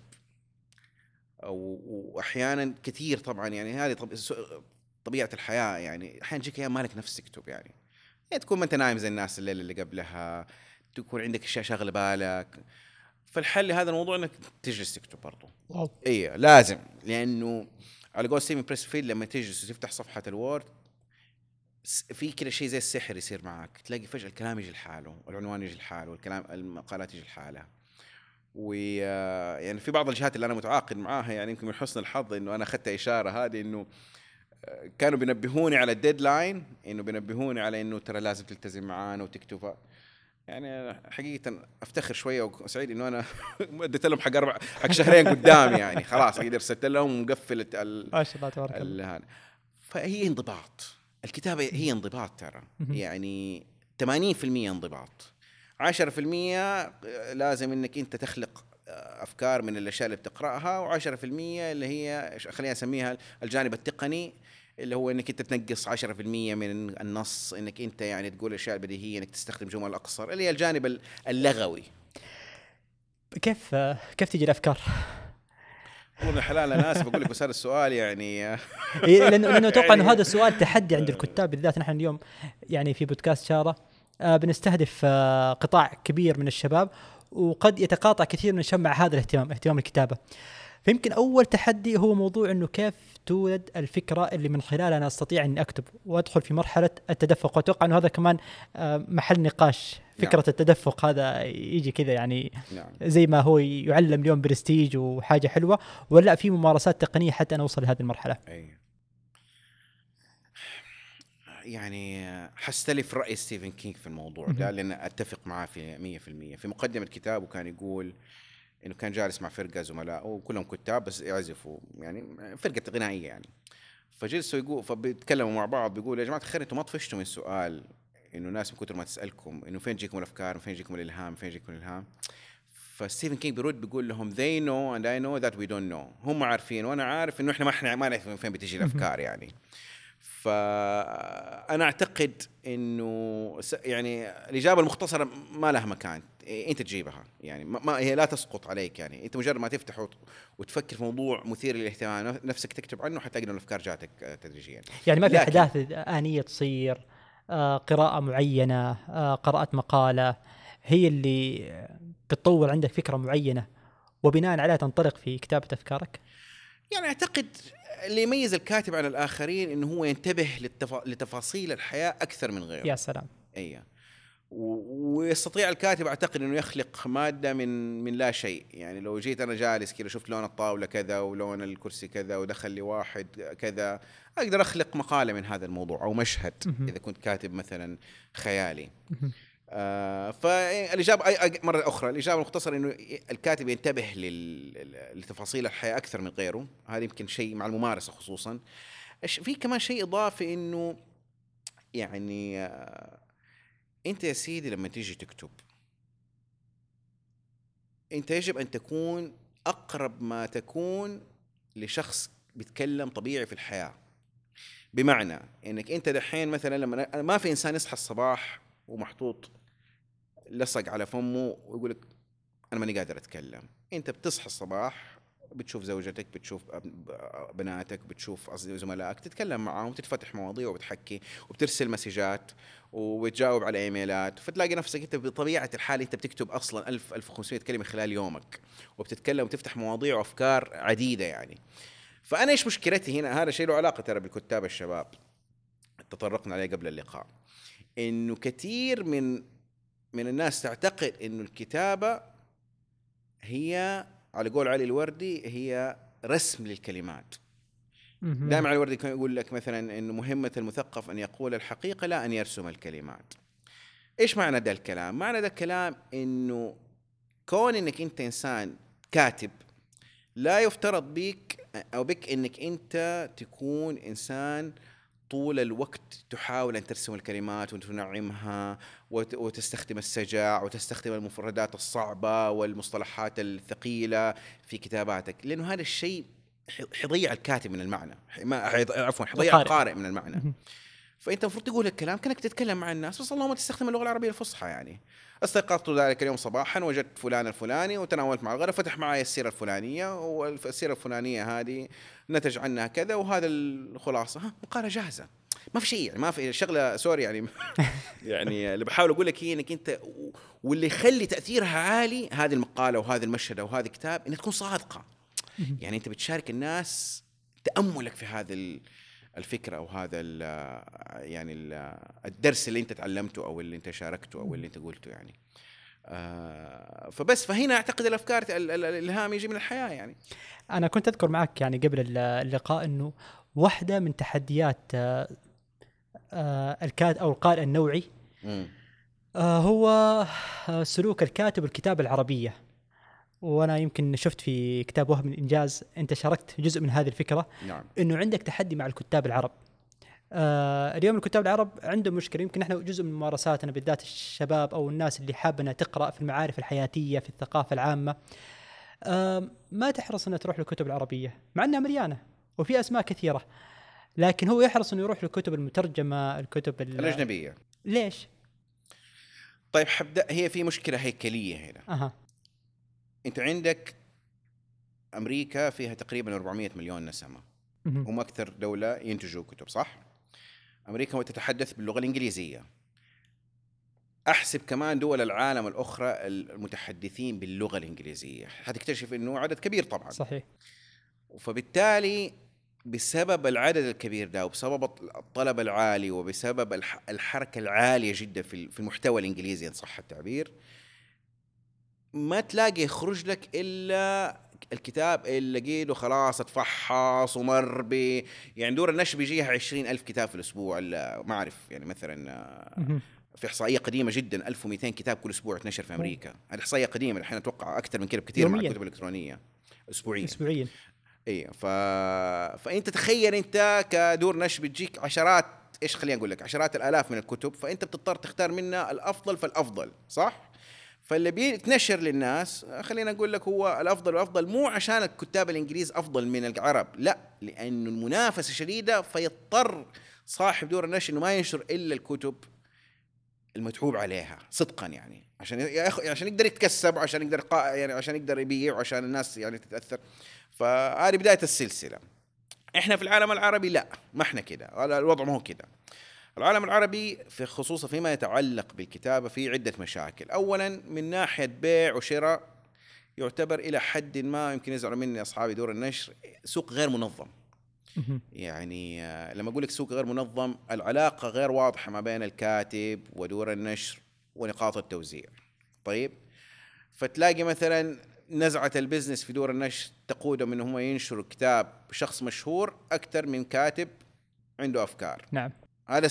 وأحيانا كثير طبعا يعني هذه طبيعة الحياة، يعني أحيانا تجيك أيام مالك نفس تكتب يعني تكون ما أنت نايم زي الناس الليلة اللي قبلها، تكون عندك أشياء شاغلة بالك. فالحل لهذا الموضوع إنك تجلس تكتب برضو. واو. إيه لازم، لأنه على قول ستيفن بريسفيلد لما تجلس وتفتح صفحة الوورد في كذا شيء زي السحر يصير معك، تلاقي فجأة الكلام يجي لحاله والعنوان يجي لحاله والكلام المقالات يجي لحالها. ويعني في بعض الجهات اللي أنا متعاقد معاها يعني يمكن من حسن الحظ إنه أنا أخذت إشارة هذه، إنه كانوا بينبهوني على الديدلاين، إنه بينبهوني على إنه ترى لازم تلتزم معانا وتكتب. يعني حقيقة أفتخر شوية وسعيد إنه أنا اديت لهم حق شهرين قدام يعني خلاص أقدر أرسلت لهم ومقفل ما شاء الله تبارك الله. هذا. فهي انضباط، الكتابة هي انضباط ترى، مهم. يعني 80% انضباط، 10% لازم إنك أنت تخلق أفكار من الأشياء اللي بتقرأها، و10% اللي هي خلينا نسميها الجانب التقني، اللي هو انك انت تنقص 10% من النص، انك انت يعني تقول اشياء بديهيه، انك تستخدم جمل اقصر، اللي هي الجانب اللغوي. كيف تجي الافكار؟ والله حلال انا اسف اقول لك، بس هذا السؤال يعني لانه اتوقع انه يعني هذا السؤال تحدي عند الكتاب بالذات. نحن اليوم يعني في بودكاست شارة بنستهدف قطاع كبير من الشباب، وقد يتقاطع كثير من الشباب مع هذا الاهتمام، اهتمام الكتابة. فيمكن أول تحدي هو موضوع أنه كيف تولد الفكرة اللي من خلالها أنا أستطيع أن أكتب وأدخل في مرحلة التدفق. وأتوقع أنه هذا كمان محل نقاش، فكرة نعم. التدفق هذا يجي كذا يعني نعم. زي ما هو يعلم اليوم برستيج وحاجة حلوة، ولا في ممارسات تقنية حتى نوصل لهذه المرحلة؟ أي. يعني حستلف رأي ستيفن كينغ في الموضوع ده، لأن أتفق معاه في 100%. في مقدمة كتابه كان يقول إنه كان جالس مع فرقة زملاء وكلهم كتاب بس يعزفوا، يعني فرقة غنائية يعني. فجلسوا يقول، فبيتكلموا مع بعض، بيقول يا جماعة الخير انتم ما طفشتوا من سؤال انه ناس من كثر ما تسألكم انه فين تجيكم الافكار، فين يجيكم الالهام، فين يجيكم الالهام. فستيفن كينج بيرد بيقول لهم they know and I know that we don't know. هم عارفين وانا عارف انه احنا ما نعرف من فين بتجي الافكار يعني. فانا اعتقد انه يعني الاجابه المختصره ما لها مكان، انت تجيبها يعني، ما هي لا تسقط عليك يعني. انت مجرد ما تفتح وتفكر في موضوع مثير للاهتمام نفسك تكتب عنه، حتلاقي انه الافكار جاتك تدريجيا. يعني ما في احداث آنية تصير، قراءة معينة، قراءة مقالة هي اللي بتطور عندك فكرة معينة وبناء عليها تنطلق في كتابة أفكارك؟ يعني اعتقد اللي يميز الكاتب عن الآخرين إنه هو ينتبه لتفاصيل الحياة أكثر من غيره. يا سلام. أيه. ويستطيع الكاتب أعتقد إنه يخلق مادة من لا شيء. يعني لو جيت أنا جالس كذا شفت لون الطاولة كذا ولون الكرسي كذا ودخل لي واحد كذا، أقدر أخلق مقالة من هذا الموضوع أو مشهد إذا كنت كاتب مثلا خيالي. فالإجابة مرة أخرى، الإجابة المختصرة إنه الكاتب ينتبه لتفاصيل الحياة أكثر من غيره. هذا يمكن شيء مع الممارسة خصوصا. في كمان شيء اضافي انه يعني انت يا سيدي لما تيجي تكتب انت يجب ان تكون اقرب ما تكون لشخص بيتكلم طبيعي في الحياة. بمعنى انك انت دحين مثلا لما ما في انسان يصحى الصباح ومحطوط لصق على فمه ويقول لك انا ماني قادر اتكلم. انت بتصحى الصباح بتشوف زوجتك، بتشوف بناتك، بتشوف زملائك، تتكلم معاهم، تتفتح مواضيع وبتحكي وبترسل مسجات وبتجاوب على ايميلات، فتلاقي نفسك انت بطبيعه الحال انت بتكتب اصلا 1500 كلمه خلال يومك، وبتتكلم وتفتح مواضيع وافكار عديده يعني. فانا ايش مشكلتي هنا؟ هذا شيء له علاقه ترى بالكتاب الشباب، تطرقنا عليه قبل اللقاء، انه كثير من الناس تعتقد انه الكتابه هي على قول علي الوردي هي رسم للكلمات. دائما علي الوردي كان يقول لك مثلا انه مهمه المثقف ان يقول الحقيقه لا ان يرسم الكلمات. ايش معنى ده الكلام؟ معنى ده الكلام انه كون انك انت انسان كاتب لا يفترض بيك او بك انك انت تكون انسان طول الوقت تحاول أن ترسم الكلمات وتنعمها وتستخدم السجع وتستخدم المفردات الصعبة والمصطلحات الثقيلة في كتاباتك، لأنه هذا الشيء حيضيع الكاتب من المعنى، عفوا حيضيع القارئ من المعنى. فأنت المفروض تقول الكلام كأنك تتكلم مع الناس، بس اللهم تستخدم اللغة العربية الفصحى. يعني استيقظت ذلك اليوم صباحا وجدت فلان الفلاني وتناولت مع الغداء، فتح معي السيرة الفلانية، والسيرة الفلانية هذه نتج عنها كذا، وهذا الخلاصة مقالة جاهزة، ما في شيء يعني، ما في شغلة سوري يعني يعني اللي بحاول أقول لك هي إنك أنت واللي يخلي تأثيرها عالي هذه المقالة وهذا المشهد أو هذا الكتاب إنها تكون صادقة. يعني أنت بتشارك الناس تأملك في هذا الفكرة أو هذا يعني الدرس اللي أنت تعلمته أو اللي أنت شاركته أو اللي أنت قلته يعني. فبس فهنا أعتقد الأفكار الإلهام يجي من الحياة. يعني أنا كنت أذكر معك يعني قبل اللقاء أنه واحدة من تحديات الكاتب أو القارئ النوعي هو سلوك الكاتب الكتابة العربية. وأنا يمكن شفت في كتاب وهم الإنجاز أنت شاركت جزء من هذه الفكرة. نعم. أنه عندك تحدي مع الكتاب العرب. اليوم الكتاب العرب عندهم مشكلة، يمكن احنا جزء من ممارساتنا بالذات الشباب أو الناس اللي حابة تقرأ في المعارف الحياتية في الثقافة العامة، ما تحرص أنها تروح للكتب العربية مع أنها مليانة وفي أسماء كثيرة، لكن هو يحرص أنه يروح للكتب المترجمة، الكتب الأجنبية. ليش؟ طيب حبدأ، هي في مشكلة هيكلية هنا. أنت عندك أمريكا فيها تقريبا 400 مليون نسمة، هم أكثر دولة ينتجوا كتب، صح؟ أمريكا تتحدث باللغة الإنجليزية. أحسب كمان دول العالم الأخرى المتحدثين باللغة الإنجليزية، هتكتشف إنه عدد كبير طبعا. صحيح. فبالتالي بسبب العدد الكبير ده وبسبب الطلب العالي وبسبب الحركة العالية جدا في المحتوى الإنجليزي إن صح التعبير، ما تلاقي يخرج لك إلا الكتاب اللي لقيته خلاص اتفحص ومر يعني دور النشر بيجيها 20,000 كتاب في الأسبوع. ما أعرف يعني مثلا في إحصائية قديمة جدا 1200 كتاب كل أسبوع تنشر في أمريكا. هذه إحصائية قديمة، الحين أتوقع أكثر من كده بكثير مع الكتب الإلكترونية أسبوعيا. إيه فأنت تخيل أنت كدور نشر بتجيك عشرات، إيش خلينا أقول لك، عشرات الآلاف من الكتب، فأنت بتضطر تختار منها الأفضل فالأفضل، صح؟ فاللي بيتنشر للناس خلينا أقول لك هو الأفضل، والأفضل مو عشان الكتاب الإنجليز أفضل من العرب، لا، لأنه المنافسة شديدة، فيضطر صاحب دور النشر إنه ما ينشر إلا الكتب المتعوب عليها صدقا، يعني عشان يقدر يتكسب، وعشان يقدر يعني عشان يقدر يبيع، وعشان الناس يعني تتأثر. فهذه بداية السلسلة. إحنا في العالم العربي لا، ما إحنا كده، الوضع ما هو كده. العالم العربي في خصوصا فيما يتعلق بالكتابة في عدة مشاكل. أولا من ناحية بيع وشراء يعتبر إلى حد ما، يمكن يزعلوا مني أصحابي دور النشر، سوق غير منظم. يعني لما أقول لك سوق غير منظم، العلاقة غير واضحة ما بين الكاتب ودور النشر ونقاط التوزيع. طيب، فتلاقي مثلا نزعة البزنس في دور النشر تقودهم إن هم ينشروا كتاب شخص مشهور أكثر من كاتب عنده أفكار. نعم، هذا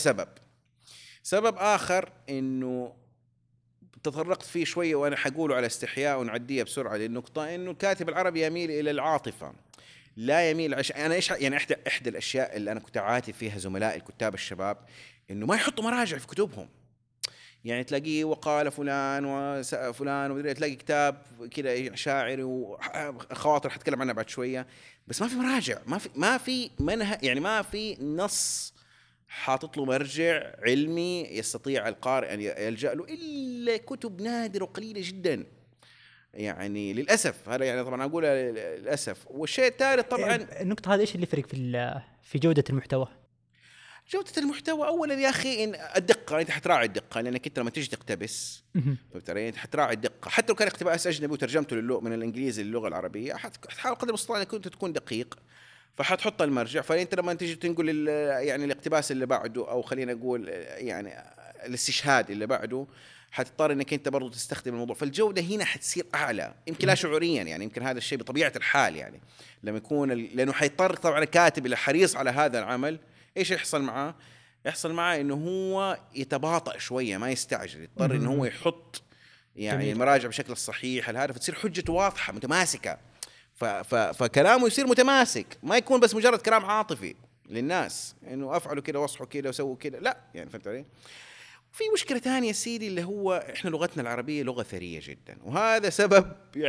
سبب آخر إنه تطرقت فيه شوية وأنا حقوله على استحياء ونعديها بسرعة للنقطة، إنه الكاتب العربي يميل إلى العاطفة. لا يميل انا ايش يعني احدى الاشياء اللي انا كنت اعاتب فيها زملائي الكتاب الشباب انه ما يحطوا مراجع في كتبهم. يعني تلاقيه وقال فلان وفلان ومدري، تلاقي كتاب كذا شاعري وخواطر حتكلم عنها بعد شويه، بس ما في مراجع، ما في منهج، يعني ما في نص حاطط له مرجع علمي يستطيع القارئ ان يلجأ له، الا كتب نادره وقليله جدا. يعني للاسف هذا، يعني طبعا اقول للاسف. والشيء الثالث طبعا النقطة هذه ايش اللي يفرق في جودة المحتوى؟ جودة المحتوى. أولا يا أخي إن الدقة، أنت حتراعي الدقة، لأنك أنت لما تيجي تقتبس فهمت علي، أنت حتراعي الدقة. حتى لو كان اقتباس أجنبي وترجمته من الإنجليزي للغة العربية، حتحاول قدر المستطاع أنك أنت تكون دقيق، فحتحط المرجع. فأنت لما تيجي تنقل يعني الاقتباس اللي بعده، أو خلينا نقول يعني الاستشهاد اللي بعده، حتضطر انك انت برضو تستخدم الموضوع، فالجوده هنا حتصير اعلى، يمكن لا شعوريا، يعني يمكن هذا الشيء بطبيعه الحال، يعني لما يكون لانه حيضطر طبعا الكاتب اللي حريص على هذا العمل ايش يحصل معاه؟ يحصل معاه انه هو يتباطأ شويه، ما يستعجل، يضطر انه هو يحط يعني جميل. المراجع بشكل الصحيح، الهدف تصير حجته واضحه متماسكه، فكلامه يصير متماسك، ما يكون بس مجرد كلام عاطفي للناس انه افعلوا كده واصحوا كده وسووا كده، لا يعني فهمت علي. في مشكلة ثانية سيدي، اللي هو احنا لغتنا العربية لغة ثرية جدا، وهذا سبب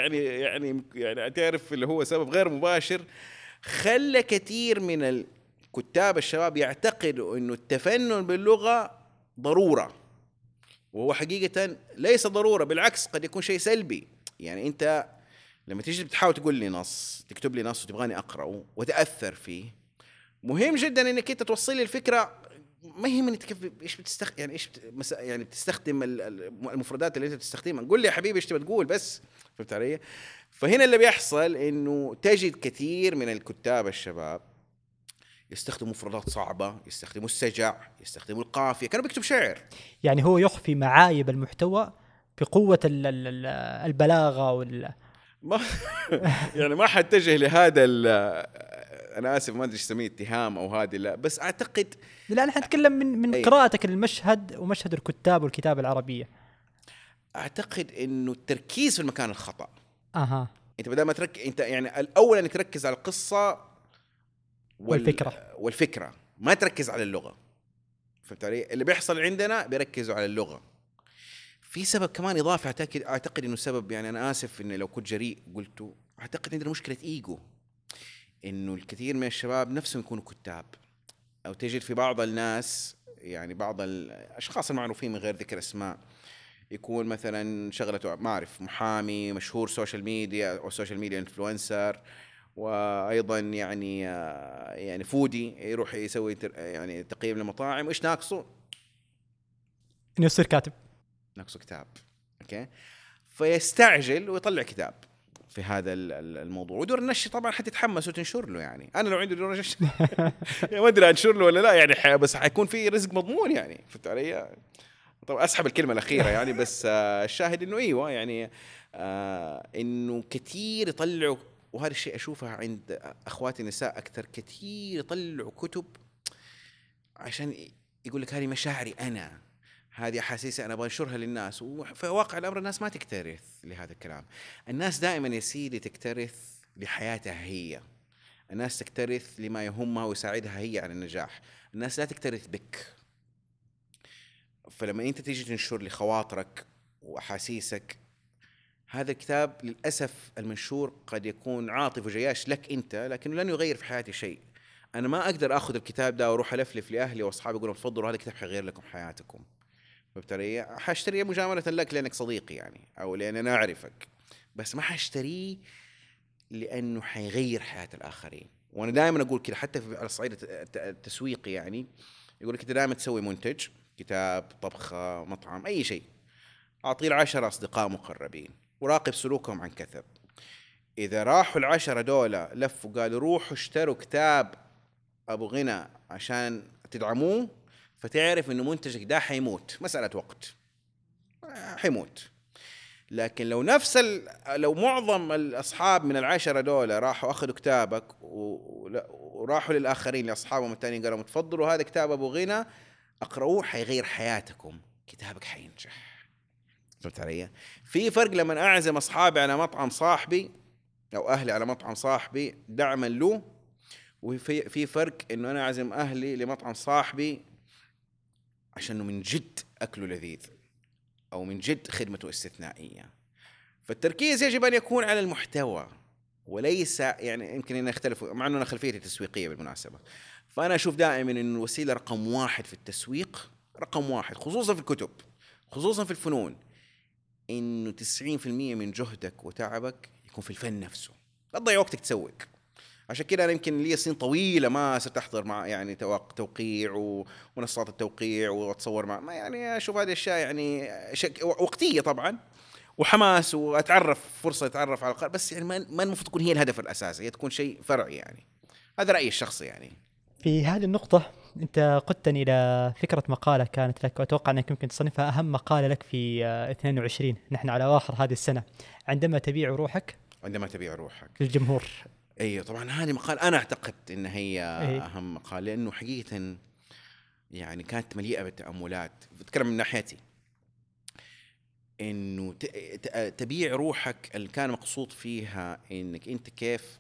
يعني تعرف اللي هو سبب غير مباشر خلى كثير من الكتاب الشباب يعتقدوا انه التفنن باللغة ضرورة، وهو حقيقة ليس ضرورة، بالعكس قد يكون شيء سلبي. يعني انت لما تيجي بتحاول تقول لي نص، تكتب لي نص وتبغاني اقرأه وتأثر فيه، مهم جدا انك انت توصل لي الفكرة. ما يهمني كيف ايش بتستخدم، يعني يعني بتستخدم المفردات اللي انت بتستخدمها، قول لي يا حبيبي ايش تبغى تقول بس، فهمت علي؟ فهنا اللي بيحصل انه تجد كثير من الكتاب الشباب يستخدموا مفردات صعبة، يستخدموا السجع، يستخدموا القافية، كانوا بيكتب شعر. يعني هو يخفي معايب المحتوى بقوة البلاغة ما يعني ما حتجه لهذا انا اسف ما ادري ايش اسميه، اتهام او هذه، لا بس اعتقد لا، نحن نتكلم من قراءتك للمشهد ومشهد الكتاب والكتابة العربية. اعتقد انه التركيز في المكان الخطأ. اها. انت بدل ما انت يعني الاول انك تركز على القصة والفكرة، ما تركز على اللغة، فهمت علي؟ اللي بيحصل عندنا بيركزوا على اللغة. في سبب كمان اضافي اعتقد انه سبب، يعني انا اسف اني لو كنت جريء قلته، اعتقد عندنا مشكلة ايجو، انه الكثير من الشباب نفسهم يكونوا كتاب، او تجد في بعض الناس، يعني بعض الاشخاص المعروفين من غير ذكر اسماء، يكون مثلا شغلته ما اعرف محامي مشهور سوشيال ميديا او سوشيال ميديا انفلونسر، وايضا يعني فودي، يروح يسوي يعني تقييم للمطاعم، وايش ناقصه؟ انه يصير كاتب، ناقصه كتاب. اوكي، فيستعجل ويطلع كتاب في هذا الموضوع، ودور النشر طبعا حتتحمس وتنشر له. يعني انا لو عندي دور نشر ما ادري انشر له ولا لا، يعني بس حيكون في رزق مضمون، يعني فهمت علي؟ طبعا اسحب الكلمه الاخيره يعني، بس الشاهد انه ايوه يعني انه كثير يطلعوا، وهذا الشيء اشوفه عند اخواتي النساء اكثر، كثير يطلعوا كتب عشان يقول لك هذه مشاعري انا، هذه احاسيسي انا بنشرها للناس. وفي واقع الامر الناس ما تكترث لهذا الكلام. الناس دائما يا سيدي تكترث لحياتها هي، الناس تكترث لما يهمها ويساعدها هي على النجاح، الناس لا تكترث بك. فلما انت تيجي تنشر لي خواطرك واحاسيسك، هذا الكتاب للاسف المنشور قد يكون عاطف وجياش لك انت، لكنه لن يغير في حياتي شيء. انا ما اقدر اخذ الكتاب ده واروح الفلف لاهلي واصحابي اقول لهم تفضلوا هذا الكتاب حيغير لكم حياتكم، فبالتالي حاشتريه مجاملة لك لانك صديقي يعني، او لان انا اعرفك، بس ما حاشتريه لانه حيغير حياة الاخرين. وانا دائما اقول كده، حتى على الصعيد التسويقي، يعني يقول لك انت دائما تسوي منتج، كتاب، طبخة، مطعم، اي شيء، اعطيه 10 اصدقاء مقربين وراقب سلوكهم عن كثب. اذا راحوا ال10 دولة لفوا قالوا روحوا اشتروا كتاب ابو غنى عشان تدعموه، فتعرف انه منتجك ده حيموت، مسألة وقت حيموت. لكن لو لو معظم الاصحاب من ال10 دولة راحوا اخذوا كتابك وراحوا للاخرين لاصحابهم الثانيين قالوا تفضلوا هذا كتاب ابو غنى اقرأوه حيغير حياتكم، كتابك حينجح. فهمت علي؟ في فرق لما اعزم اصحابي على مطعم صاحبي، او اهلي على مطعم صاحبي دعما له، وفي فرق انه انا اعزم اهلي لمطعم صاحبي عشان من جد اكله لذيذ او من جد خدمته استثنائيه. فالتركيز يجب ان يكون على المحتوى وليس، يعني يمكن ان يختلف، مع انه انا خلفيتي تسويقيه بالمناسبه، فانا اشوف دائما ان الوسيله رقم واحد في التسويق، رقم واحد خصوصا في الكتب، خصوصا في الفنون، انه 90% من جهدك وتعبك يكون في الفن نفسه، لا تضيع وقتك تسوق. عشان كده انا يمكن لي سنين طويله ما صرت احضر مع يعني توقيع ومنصات التوقيع واتصور مع، ما يعني اشوف هذه الاشياء يعني وقتيه طبعا وحماس، واتعرف فرصه اتعرف على القارئ، بس يعني ما المفروض تكون هي الهدف الاساسي، هي تكون شيء فرعي يعني. هذا رايي الشخصي يعني. في هذه النقطة أنت قدتني إلى فكرة مقالة كانت لك، وأتوقع أنك يمكن تصنفها أهم مقالة لك في 22، نحن على أواخر هذه السنة، عندما تبيع روحك عندما تبيع روحك للجمهور. ايوه طبعا هذه مقال انا اعتقد ان هي إيه؟ اهم مقال، لانه حقيقه يعني كانت مليئه بالتاملات. بتكلم من ناحيتي انه تبيع روحك اللي كان مقصود فيها انك انت كيف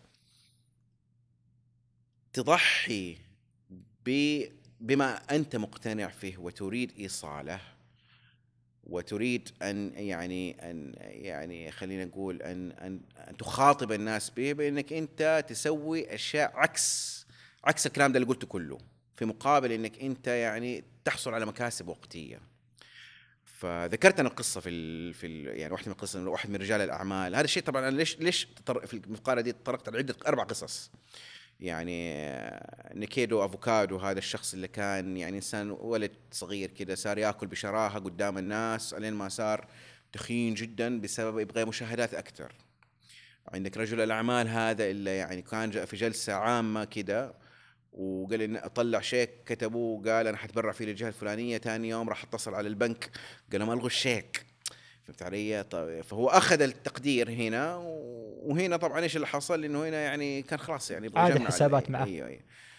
تضحي بما انت مقتنع فيه وتريد ايصاله، وتريد ان يعني خلينا نقول ان تخاطب الناس به، بانك انت تسوي اشياء عكس الكلام ده اللي قلته كله، في مقابل انك انت يعني تحصل على مكاسب وقتيه. فذكرت انا قصه يعني واحده من القصص، واحد من رجال الاعمال، هذا الشيء طبعا انا ليش في المقاله دي طرقت على عده 4 قصص. يعني نيكيدو افوكادو، هذا الشخص اللي كان يعني انسان ولد صغير كده صار ياكل بشراهه قدام الناس لين ما صار تخين جدا بسبب يبغى مشاهدات اكثر. عندك رجل الاعمال هذا اللي يعني كان في جلسه عامه كده وقال إن أطلع شيك كتبوه وقال أنا حتبرع فيه للجهة الفلانية، تاني يوم راح اتصل على البنك قال لهم ألغوا الشيك. فهمت علي؟ طيب فهو أخذ التقدير هنا، وهنا طبعا إيش اللي حصل؟ إنه هنا يعني كان خلاص يعني يبغى عاد يجمع الحسابات معه. أيوه.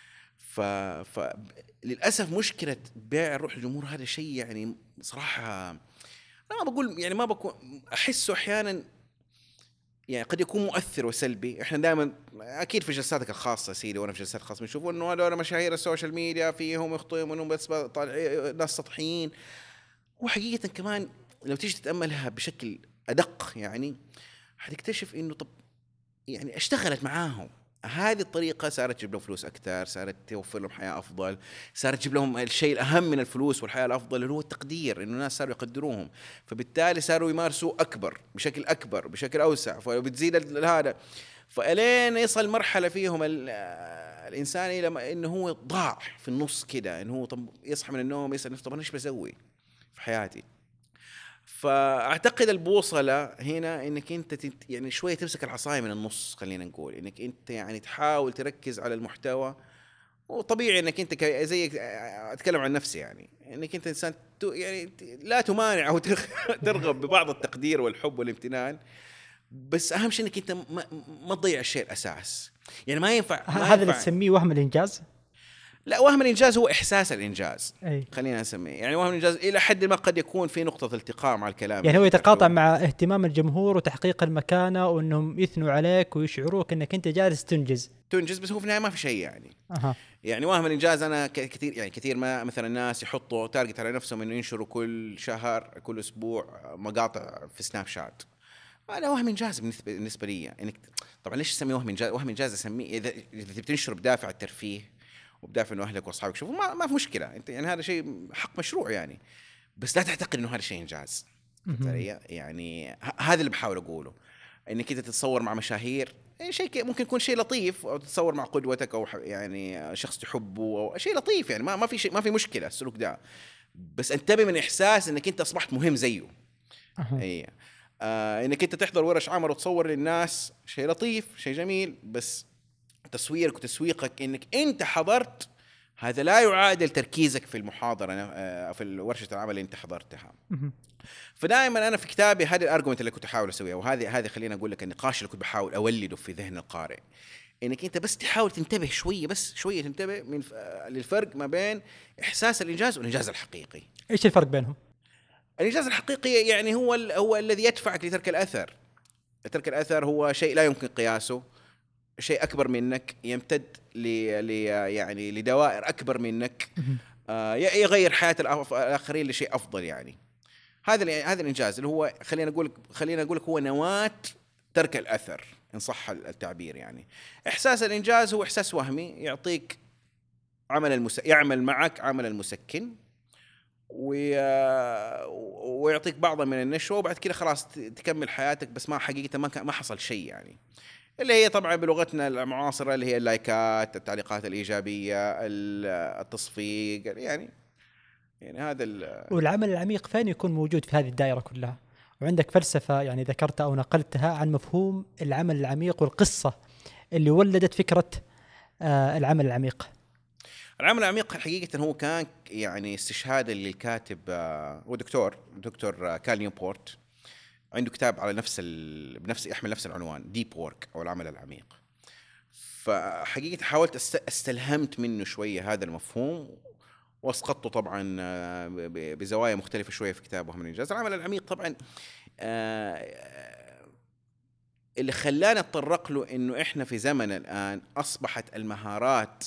للأسف مشكلة بيع الروح الجمهور هذا شيء يعني صراحة أنا ما بقول يعني ما بكون أحسه أحيانا يعني قد يكون مؤثر وسلبي. احنا دائما اكيد في جلساتك الخاصه سيدي وانا في جلسات خاصه بنشوف انه هذول مشاهير السوشيال ميديا فيهم يخطئون انهم بس طالعين ناس سطحيين، وحقيقه كمان لو تيجي تتاملها بشكل ادق يعني حتكتشف انه طب يعني اشتغلت معاهم هذه الطريقة، صارت تجيب لهم فلوس أكثر، صارت توفر لهم حياة أفضل، صارت تجيب لهم الشيء الأهم من الفلوس والحياة الأفضل اللي هو التقدير، إنه الناس صاروا يقدروهم، فبالتالي صاروا يمارسوا أكبر بشكل أكبر بشكل أوسع، فبتزيد هذا، فألين يصل مرحلة فيهم الإنسان إلى إنه هو ضاع في النص كده، إنه هو طب يصحى من النوم يسأل نفسه طب أنا إيش بسوي في حياتي. فاعتقد البوصله هنا انك انت يعني شويه تمسك العصايه من النص، خلينا نقول انك انت يعني تحاول تركز على المحتوى. وطبيعي انك انت زي اتكلم عن نفسي يعني انك انت انسان يعني لا تمانع او ترغب ببعض التقدير والحب والامتنان، بس اهم شيء انك انت ما تضيع الشيء الاساس. يعني ما ينفع هذا اللي تسميه وهم الانجاز. لا، وهم الإنجاز هو إحساس الإنجاز. أي. خلينا نسميه يعني وهم الإنجاز إلى حد ما قد يكون في نقطة التقاء مع الكلام، يعني هو يتقاطع مع اهتمام الجمهور وتحقيق المكانة وأنهم يثنوا عليك ويشعروك أنك أنت جالس تنجز، بس هو في النهاية ما في شيء يعني. يعني وهم الإنجاز أنا كثير ما مثلا الناس يحطوا تارجت على نفسهم إنه ينشروا كل شهر كل أسبوع مقاطع في سناب شات. هذا وهم إنجاز بالنسبة لي. إنك طبعا ليش أسميه وهم إنجاز؟ وهم إنجاز أسميه إذا بتنشر بدافع الترفيه وبدافع انه اهلك واصحابك يشوفوا، ما في مشكله، انت يعني هذا شيء حق مشروع يعني، بس لا تعتقد انه هذا شيء انجاز. يعني هذا اللي بحاول اقوله، انك انت تتصور مع مشاهير شيء ممكن يكون شيء لطيف، او تتصور مع قدوتك او يعني شخص تحبه او شيء لطيف يعني ما في شيء، ما في مشكله السلوك ده، بس انتبه من احساس انك انت اصبحت مهم زيه. اي انك انت تحضر ورش عمل وتصور للناس شيء لطيف شيء جميل، بس تصويرك وتسويقك انك انت حضرت هذا لا يعادل تركيزك في المحاضرة في ورشة العمل اللي انت حضرتها. فدائما انا في كتابي هذه الارجومنت اللي كنت احاول اسويها، وهذه خلينا اقول لك النقاش اللي كنت بحاول اولده في ذهن القارئ، انك انت بس تحاول تنتبه شوية، بس شوية تنتبه للفرق ما بين احساس الانجاز والانجاز الحقيقي. ايش الفرق بينهم؟ الانجاز الحقيقي يعني هو الذي يدفعك لترك الاثر. ترك الأثر هو شيء لا يمكن قياسه، شيء أكبر منك، يمتد يعني لدوائر أكبر منك، يغير حياة الآخرين لشيء أفضل يعني. هذا الإنجاز اللي هو خلينا أقول هو نواة ترك الأثر إن صح التعبير يعني. إحساس الإنجاز هو إحساس وهمي يعطيك يعمل معك عمل المسكن ويعطيك بعضا من النشوة، وبعد كده خلاص تكمل حياتك، بس ما حقيقة ما حصل شيء يعني. اللي هي طبعا بلغتنا المعاصرة اللي هي اللايكات، التعليقات الإيجابية، التصفيق يعني هذا والعمل العميق فين يكون موجود في هذه الدائرة كلها؟ وعندك فلسفة يعني ذكرتها أو نقلتها عن مفهوم العمل العميق والقصة اللي ولدت فكرة العمل العميق. العمل العميق حقيقة هو كان يعني استشهادا للكاتب هو دكتور كال نيوبورت، عنده كتاب على يحمل نفس العنوان ديب وورك أو العمل العميق. فحقيقة حاولت استلهمت منه شوية هذا المفهوم واسقطته طبعا بزوايا مختلفة شوية في كتابه من الإنجاز. العمل العميق طبعا اللي خلانا نتطرق له إنه إحنا في زمن الآن أصبحت المهارات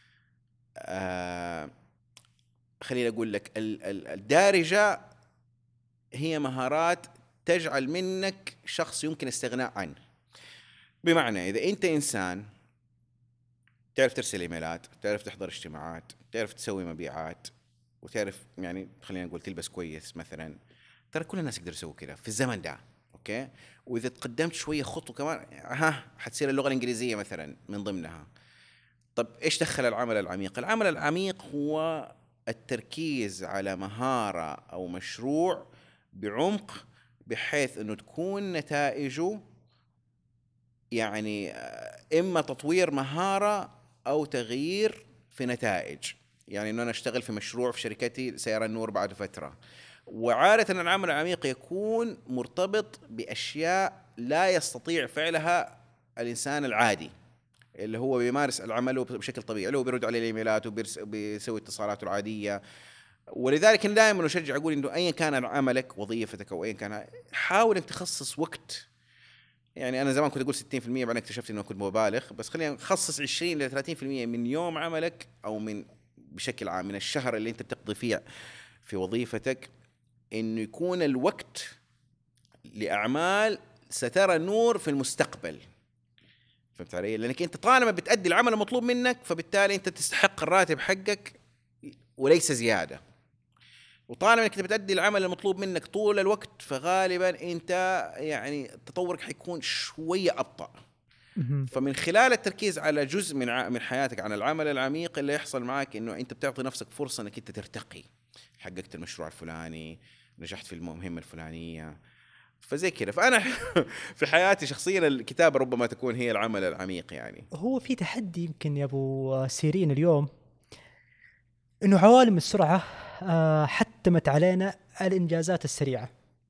خليني أقول لك الدارجة هي مهارات تجعل منك شخص يمكن الاستغناء عنه. بمعنى إذا أنت إنسان تعرف ترسل إيميلات، تعرف تحضر اجتماعات، تعرف تسوي مبيعات، وتعرف يعني خلينا نقول تلبس كويس مثلا، ترى كل الناس يقدروا يسووا كذا في الزمن ده، أوكي؟ وإذا تقدمت شوية خطوة كمان حتصير اللغة الإنجليزية مثلا من ضمنها. طب إيش دخل العمل العميق؟ العمل العميق هو التركيز على مهارة أو مشروع بعمق، بحيث أنه تكون نتائجه يعني إما تطوير مهارة أو تغيير في نتائج. يعني أنه أنا أشتغل في مشروع في شركتي سيرى النور بعد فترة. وعادة العمل العميق يكون مرتبط بأشياء لا يستطيع فعلها الإنسان العادي اللي هو بيمارس العمل بشكل طبيعي، اللي هو بيرد على الايميلات وبيسوي اتصالاته العاديه. ولذلك دائما اشجع اقول انه ايا كان عملك وظيفتك او ايا كان، حاول انك تخصص وقت. يعني انا زمان كنت اقول 60%، بعدين اكتشفت انه كنت مبالغ، بس خلينا نخصص 20 ل 30% من يوم عملك او من بشكل عام من الشهر اللي انت بتقضي فيه في وظيفتك، انه يكون الوقت لاعمال سترى نور في المستقبل. فهمت علي؟ لأنك أنت طالما بتأدي العمل المطلوب منك، فبالتالي أنت تستحق الراتب حقك وليس زيادة. وطالما أنك بتأدي العمل المطلوب منك طول الوقت، فغالبا أنت يعني تطورك حيكون شوية أبطأ. فمن خلال التركيز على جزء من حياتك عن العمل العميق، اللي يحصل معك إنه أنت بتعطي نفسك فرصة إنك أنت ترتقي، حققت المشروع الفلاني، نجحت في المهمة الفلانية، فزي كده. فأنا في حياتي شخصيا الكتابة ربما تكون هي العمل العميق يعني. هو في تحدي يمكن يا أبو سيرين اليوم، إنه عوالم السرعة حتمت علينا الإنجازات السريعة.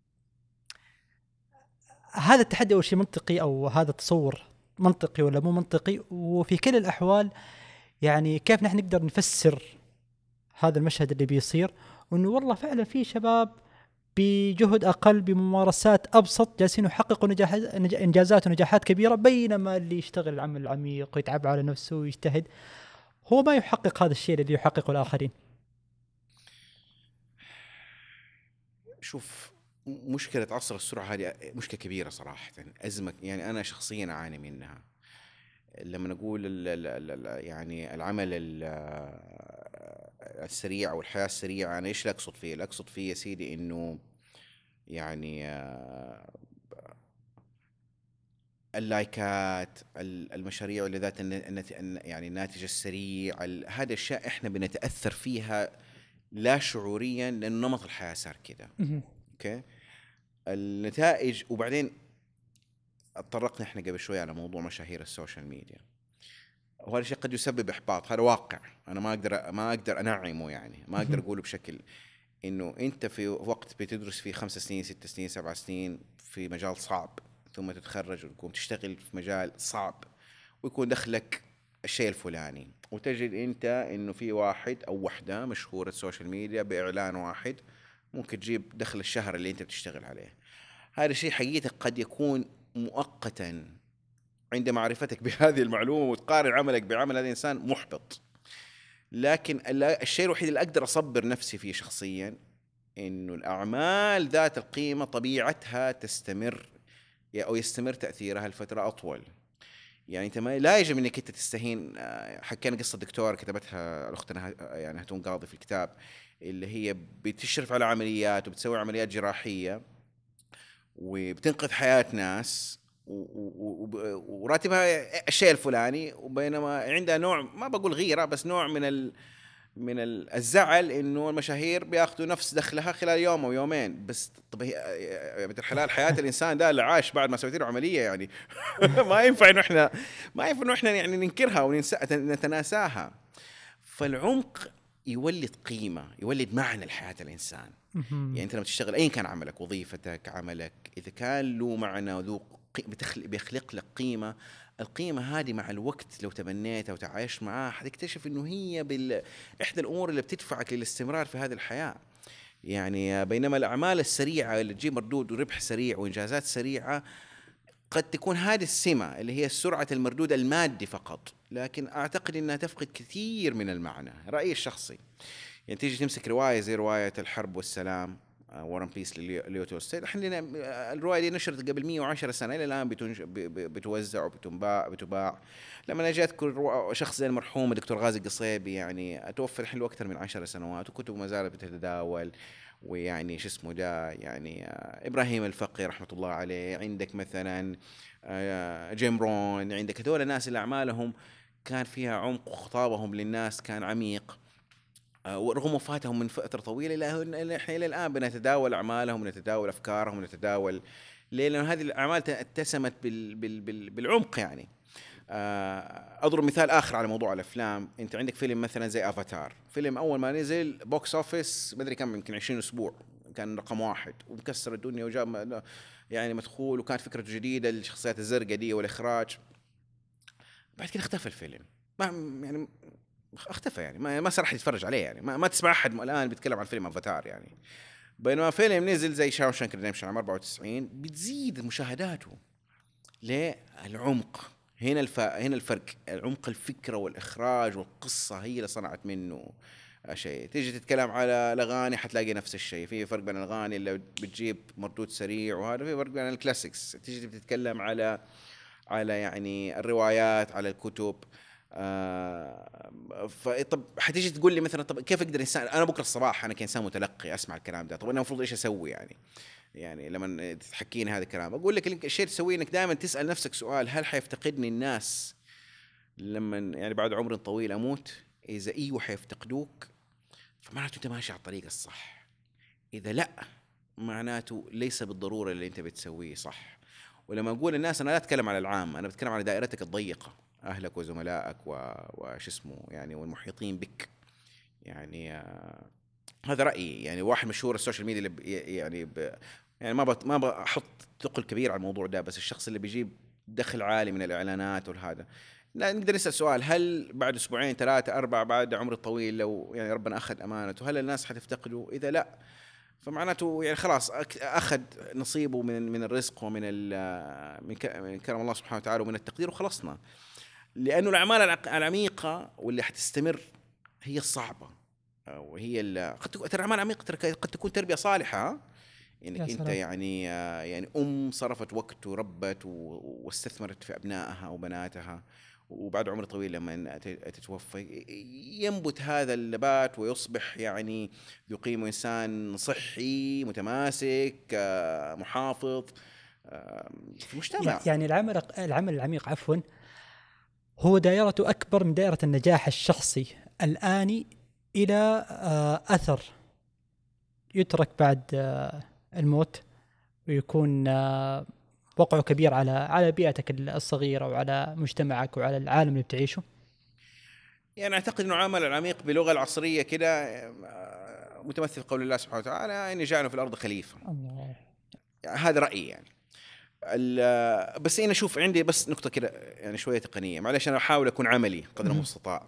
هذا التحدي أول شيء منطقي، أو هذا التصور منطقي ولا مو منطقي؟ وفي كل الأحوال يعني كيف نحن نقدر نفسر هذا المشهد اللي بيصير، وإنه والله فعلا في شباب بجهد أقل بممارسات أبسط جالسين يحققوا إنجازات ونجاحات كبيرة، بينما اللي يشتغل العمل العميق ويتعب على نفسه ويجتهد هو ما يحقق هذا الشيء الذي يحققه الآخرين. شوف، مشكلة عصر السرعة هذه مشكلة كبيرة صراحة، أزمة يعني أنا شخصيا أعاني منها. لما نقول يعني العمل السريع أو الحياة السريعة، أنا إيش أقصد فيه؟ أقصد فيه يا سيدي إنه يعني اللايكات، المشاريع اللي ذات يعني الناتج السريع، هذه الأشياء إحنا بنتأثر فيها لا شعوريا، لأن نمط الحياة صار كده. أوكي، النتائج. وبعدين اتطرقنا إحنا قبل شوي على موضوع مشاهير السوشيال ميديا، وهذا الشيء قد يسبب إحباط. هذا واقع أنا ما أقدر أنعمه، يعني ما أقدر أقوله بشكل إنه أنت في وقت بتدرس فيه 5 سنين 6 سنين 7 سنين في مجال صعب، ثم تتخرج وتقوم تشتغل في مجال صعب ويكون دخلك الشيء الفلاني، وتجد أنت إنه في واحد أو وحدة مشهورة السوشيال ميديا بإعلان واحد ممكن تجيب دخل الشهر اللي أنت بتشتغل عليه. هذا الشيء حقيقة قد يكون مؤقتا عند معرفتك بهذه المعلومة وتقارن عملك بعمل هذا الإنسان محبط. لكن الشيء الوحيد اللي أقدر أصبر نفسي فيه شخصيا إنه الأعمال ذات القيمة طبيعتها تستمر أو يستمر تأثيرها لفترة أطول. يعني أنت لا يجب أنك أنت تستهين. حكينا قصة دكتور كتبتها أختنا يعني هتون قاضي في الكتاب، اللي هي بتشرف على عمليات وبتسوي عمليات جراحية وبتنقذ حياة ناس وراتبها الشيء الفلاني، وبينما عندها نوع ما بقول غيرة بس نوع من الزعل انه المشاهير بياخذوا نفس دخلها خلال يوم او يومين بس. طب هي يا بنت الحلال حياة الانسان ده اللي عاش بعد ما سويت له عملية يعني ما ينفع انه احنا يعني ننكرها ونتناساها. فالعمق يولد قيمة، يولد معنى لحياة الانسان. يعني انت لما تشتغل ايا كان عملك، وظيفتك، عملك، اذا كان له معنى وذو بيخلق لك قيمة، القيمة هذه مع الوقت لو تبنيتها وتعايشت معاها حتكتشف انه هي احدى الامور اللي بتدفعك للاستمرار في هذه الحياة. يعني بينما الاعمال السريعة اللي تجيب مردود وربح سريع وانجازات سريعة قد تكون هذه السمة اللي هي سرعة المردود المادي فقط، لكن اعتقد انها تفقد كثير من المعنى. رأيي الشخصي يعني تيجي تمسك رواية زي رواية الحرب والسلام، وارن بيس لليو تولستوي، احنا الرواية دي نشرت قبل 110 سنة، إلى الآن بتوزع وبتباع. لما أنا جيت أذكر شخص زي المرحوم الدكتور غازي القصيبي، يعني أتوفى الحين أكثر من 10 سنوات وكتبه ما زالت بتتداول. ويعني شو اسمه ده يعني إبراهيم الفقي رحمة الله عليه، عندك مثلا جيم رون، عندك هذول الناس اللي أعمالهم كان فيها عمق وخطابهم للناس كان عميق، ورغم وفاتهم من فترة طويلة إلى إحنا إلى الآن بنتداول أعمالهم ونتداول أفكارهم ونتداول لأن هذه الأعمال اتسمت بالعمق. يعني أضرب مثال آخر على موضوع الأفلام. أنت عندك فيلم مثلا زي أفاتار، فيلم أول ما نزل بوكس أوفيس بدري كم يمكن 20 أسبوع كان رقم 1 ومكسر الدنيا وجاب يعني مدخول، وكانت فكرة جديدة للشخصيات الزرقاء دي والإخراج. بعد كده اختفى الفيلم، ما يعني اختفى، يعني ما صار احد يتفرج عليه، يعني ما تسمع احد الان بيتكلم عن فيلم افاتار. يعني بينما فيلم نزل زي شاوشانك ريديمشن عام 94 بتزيد مشاهداته. ليه؟ العمق. هنا الفرق، العمق، الفكره والاخراج والقصه هي اللي صنعت منه شيء. تيجي تتكلم على الاغاني حتلاقي نفس الشيء، في فرق بين الاغاني اللي بتجيب مردود سريع وهذا، في فرق بين الكلاسيكس. تيجي بتتكلم على يعني الروايات، على الكتب. طب حتيجي تقول لي مثلا طب كيف اقدر انسان انا بكره الصباح انا كانسان متلقي اسمع الكلام ده، طب انا المفروض ايش اسوي؟ يعني لما تحكيني هذا الكلام اقول لك الشيء تسويه انك دائما تسال نفسك سؤال: هل حيفتقدني الناس لما يعني بعد عمر طويل اموت؟ اذا ايوه حيفتقدوك فمعناته انت ماشي على الطريق الصح، اذا لا معناته ليس بالضروره اللي انت بتسويه صح. ولما اقول الناس انا لا اتكلم على العام، انا بتكلم على دائرتك الضيقه، اهلك وزملائك وش اسمه يعني والمحيطين بك. يعني هذا رايي. يعني واحد مشهور السوشيال ميديا اللي يعني ما بحط ثقل كبير على الموضوع ده، بس الشخص اللي بيجيب دخل عالي من الاعلانات والهذا، لا نقدر نسال سؤال: هل بعد اسبوعين 3 4 بعد عمر طويل لو يعني ربنا اخذ امانته هل الناس حتفتقده؟ اذا لا فمعناته يعني خلاص أخذ نصيبه من الرزق ومن من كرم الله سبحانه وتعالى ومن التقدير وخلصنا. لأنه الأعمال العميقة واللي حتستمر هي الصعبة، وهي قد تكون أعمال عميقة، قد تكون تربية صالحة، إنك أنت يعني صرفت وقت وربت واستثمرت في أبنائها وبناتها، وبعد عمر طويل لما تتوفى ينبت هذا النبات ويصبح يعني يقيم إنسان صحي متماسك محافظ في المجتمع. يعني العمل العميق عفوا هو دائرته أكبر من دائرة النجاح الشخصي الآني إلى أثر يترك بعد الموت، ويكون وقعه كبير على بيئتك الصغيرة وعلى مجتمعك وعلى العالم اللي بتعيشه. يعني أعتقد أنه عمل العميق بلغة العصرية كده متمثل قول الله سبحانه وتعالى إني جاعل في الأرض خليفة. الله. يعني هذا رأيي. يعني بس أنا أشوف عندي بس نقطة كده يعني شوية تقنية، معلش أنا أحاول أكون عملي قدر المستطاع.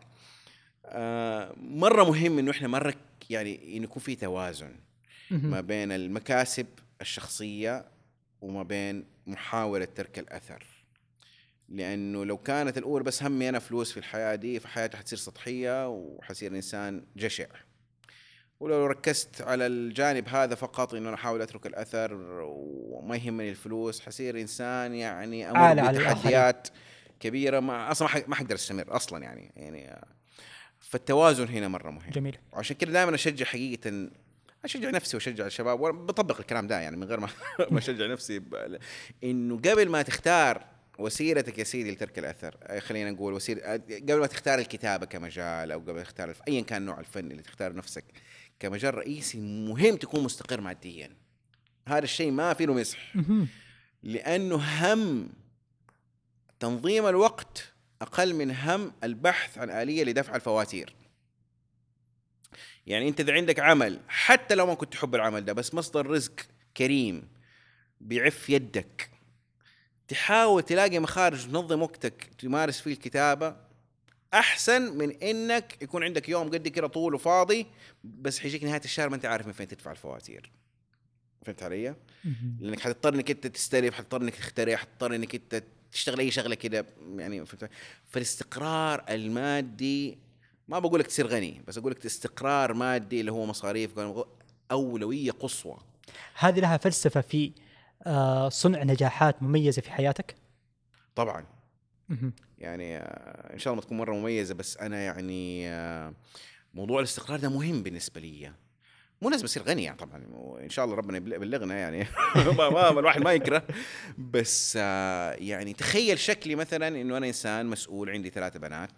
مرة مهم إنه إحنا مرة يعني يكون في توازن ما بين المكاسب الشخصية وما بين محاولة ترك الأثر. لأنه لو كانت الأولى بس همي أنا فلوس في الحياة دي، فحياتي حتصير سطحية وحصير إنسان جشع. ولو ركزت على الجانب هذا فقط، إنه أنا أحاول أترك الأثر وما يهمني الفلوس، حصير إنسان يعني أمر عالة على الآخرين. بتحديات كبيرة، أصلا ما حقدر أستمر أصلا يعني فالتوازن هنا مرة مهم. جميل. وعشان كده دائما أشجع حقيقة، أشجع نفسي وأشجع الشباب، وبطبق الكلام ده يعني من غير ما ما أشجع نفسي إنه قبل ما تختار وسيلتك يا سيدي لترك الأثر، خلينا نقول وسيلة، قبل ما تختار الكتابة كمجال، أو قبل ما تختار أيا كان نوع الفن اللي تختار نفسك كمجال رئيسي، مهم تكون مستقر ماديا. هذا الشيء ما فيه له مسح، لأنه هم تنظيم الوقت أقل من هم البحث عن آلية لدفع الفواتير. يعني أنت إذا عندك عمل، حتى لو ما كنت تحب العمل ده، بس مصدر رزق كريم بيعف يدك، تحاول تلاقي مخارج تنظم وقتك تمارس فيه الكتابة، أحسن من إنك يكون عندك يوم قد كده طول وفاضي، بس حيجيك نهاية الشهر ما أنت عارف من فين تدفع الفواتير. فهمت علي؟ لأنك حتضطر إنك أنت تستلف، حتضطر إنك تخترع، حتضطر إنك أنت تشتغل أي شغلة كده يعني. فالاستقرار المادي، ما بقولك تصير غني، بس أقولك استقرار مادي اللي هو مصاريف أولوية قصوى. هذه لها فلسفة في صنع نجاحات مميزة في حياتك؟ طبعا. يعني إن شاء الله ما تكون مرة مميزة، بس أنا يعني موضوع الاستقرار ده مهم بالنسبة لي. مو لازم يصير غني يعني طبعا، وإن شاء الله ربنا يبلغنا يعني ما الواحد ما يكره، بس يعني تخيل شكلي مثلا إنه أنا إنسان مسؤول، عندي 3 بنات،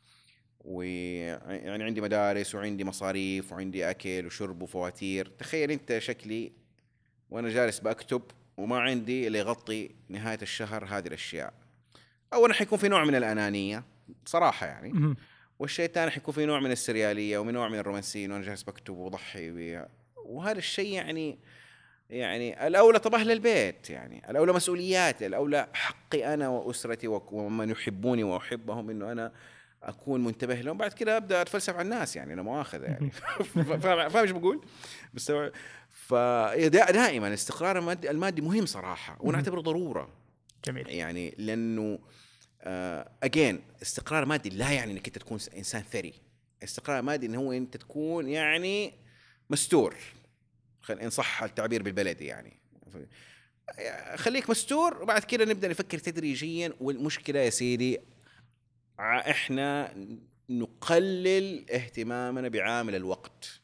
ويعني عندي مدارس وعندي مصاريف وعندي أكل وشرب وفواتير. تخيل أنت شكلي وأنا جالس بكتب وما عندي اللي يغطي نهاية الشهر هذه الأشياء. أولا حيكون في نوع من الأنانية صراحة يعني، والشيء الثاني حيكون في نوع من السريالية ومن نوع من الرومانسية، وأنا جالس بكتب وضحي بها. وهذا الشيء يعني الأولى طب أهل البيت، يعني الأولى مسؤولياتي، الأولى حقي أنا وأسرتي ومن يحبوني وأحبهم، إنه أنا أكون منتبه لهم. بعد كده أبدأ أتفلسف على الناس يعني، أنا مؤاخذة يعني فاهم إيش بقول؟ بس دائما الاستقرار المادي مهم صراحة، ونعتبره ضرورة. جميل. يعني لأنه أجين استقرار مادي لا يعني إنك أنت تكون إنسان ثري. استقرار مادي إنه هو أنت تكون يعني مستور، إن صح التعبير بالبلدي يعني. خليك مستور، وبعد كده نبدأ نفكر تدريجيا. والمشكلة يا سيدي إحنا نقلل اهتمامنا بعامل الوقت.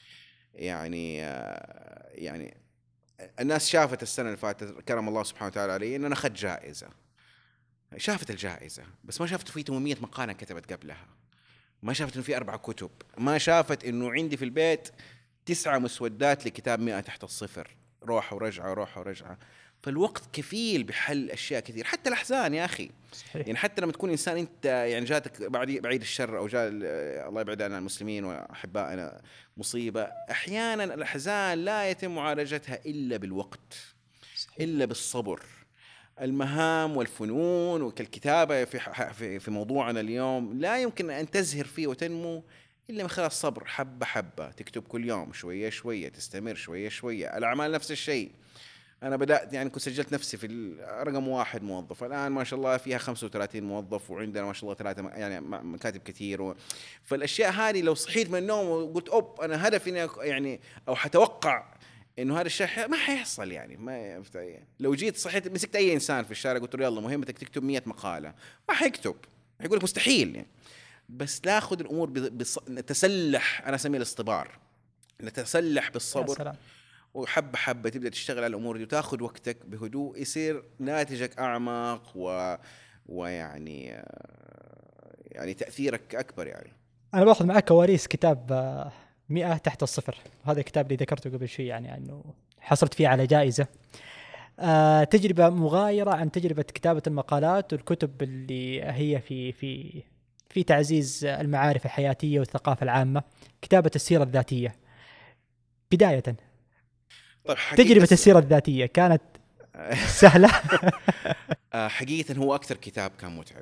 يعني الناس شافت السنة اللي فاتت كرم الله سبحانه وتعالى علي إن أنا أخذت جائزة، شافت الجائزة بس ما شافت في 800 مقالة كتبت قبلها، ما شافت إنه في 4 كتب، ما شافت إنه عندي في البيت 9 مسودات لكتاب 100 تحت الصفر، روحة ورجعة روحة ورجعة. فالوقت كفيل بحل أشياء كثير، حتى الأحزان يا أخي. صحيح. يعني حتى لما تكون إنسان أنت يعني جاتك بعيد الشر، أو جاء الله يبعد عنا المسلمين وأحبائنا مصيبة، أحيانا الأحزان لا يتم معالجتها إلا بالوقت. صحيح. إلا بالصبر. المهام والفنون وكالكتابة في موضوعنا اليوم لا يمكن أن تزهر فيه وتنمو إلا من خلال الصبر، حبة حبة، تكتب كل يوم شوية شوية، تستمر شوية شوية. الأعمال نفس الشيء. أنا بدأت يعني كنت سجلت نفسي في رقم 1 موظف، الآن ما شاء الله فيها 35 موظف، وعندنا ما شاء الله 3 يعني مكاتب كثير فالأشياء هذه لو صحيت من النوم وقلت أنا هدفي إني يعني أو حتوقع إنه هذا الشيء ما حيحصل يعني. ما لو جيت صحيت مسكت أي إنسان في الشارع قلت له يلا مهمتك تكتب 100 مقالة، ما حيكتب، يقولك مستحيل يعني. بس ناخذ الأمور نتسلح، أنا أسميه الاصطبار، نتسلح بالصبر، وحبة حبة تبدأ تشتغل على الأمور دي وتأخذ وقتك بهدوء، يصير ناتجك أعمق ويعني يعني تأثيرك أكبر. يعني أنا باخذ معك كواليس كتاب 100 تحت الصفر، وهذا الكتاب اللي ذكرته قبل شوي يعني أنه حصلت فيه على جائزة. تجربة مغايرة عن تجربة كتابة المقالات والكتب اللي هي في تعزيز المعارف الحياتية والثقافة العامة. كتابة السيرة الذاتية بداية. طيب تجربة السيرة الذاتية كانت سهلة؟ حقيقة هو أكثر كتاب كان متعب.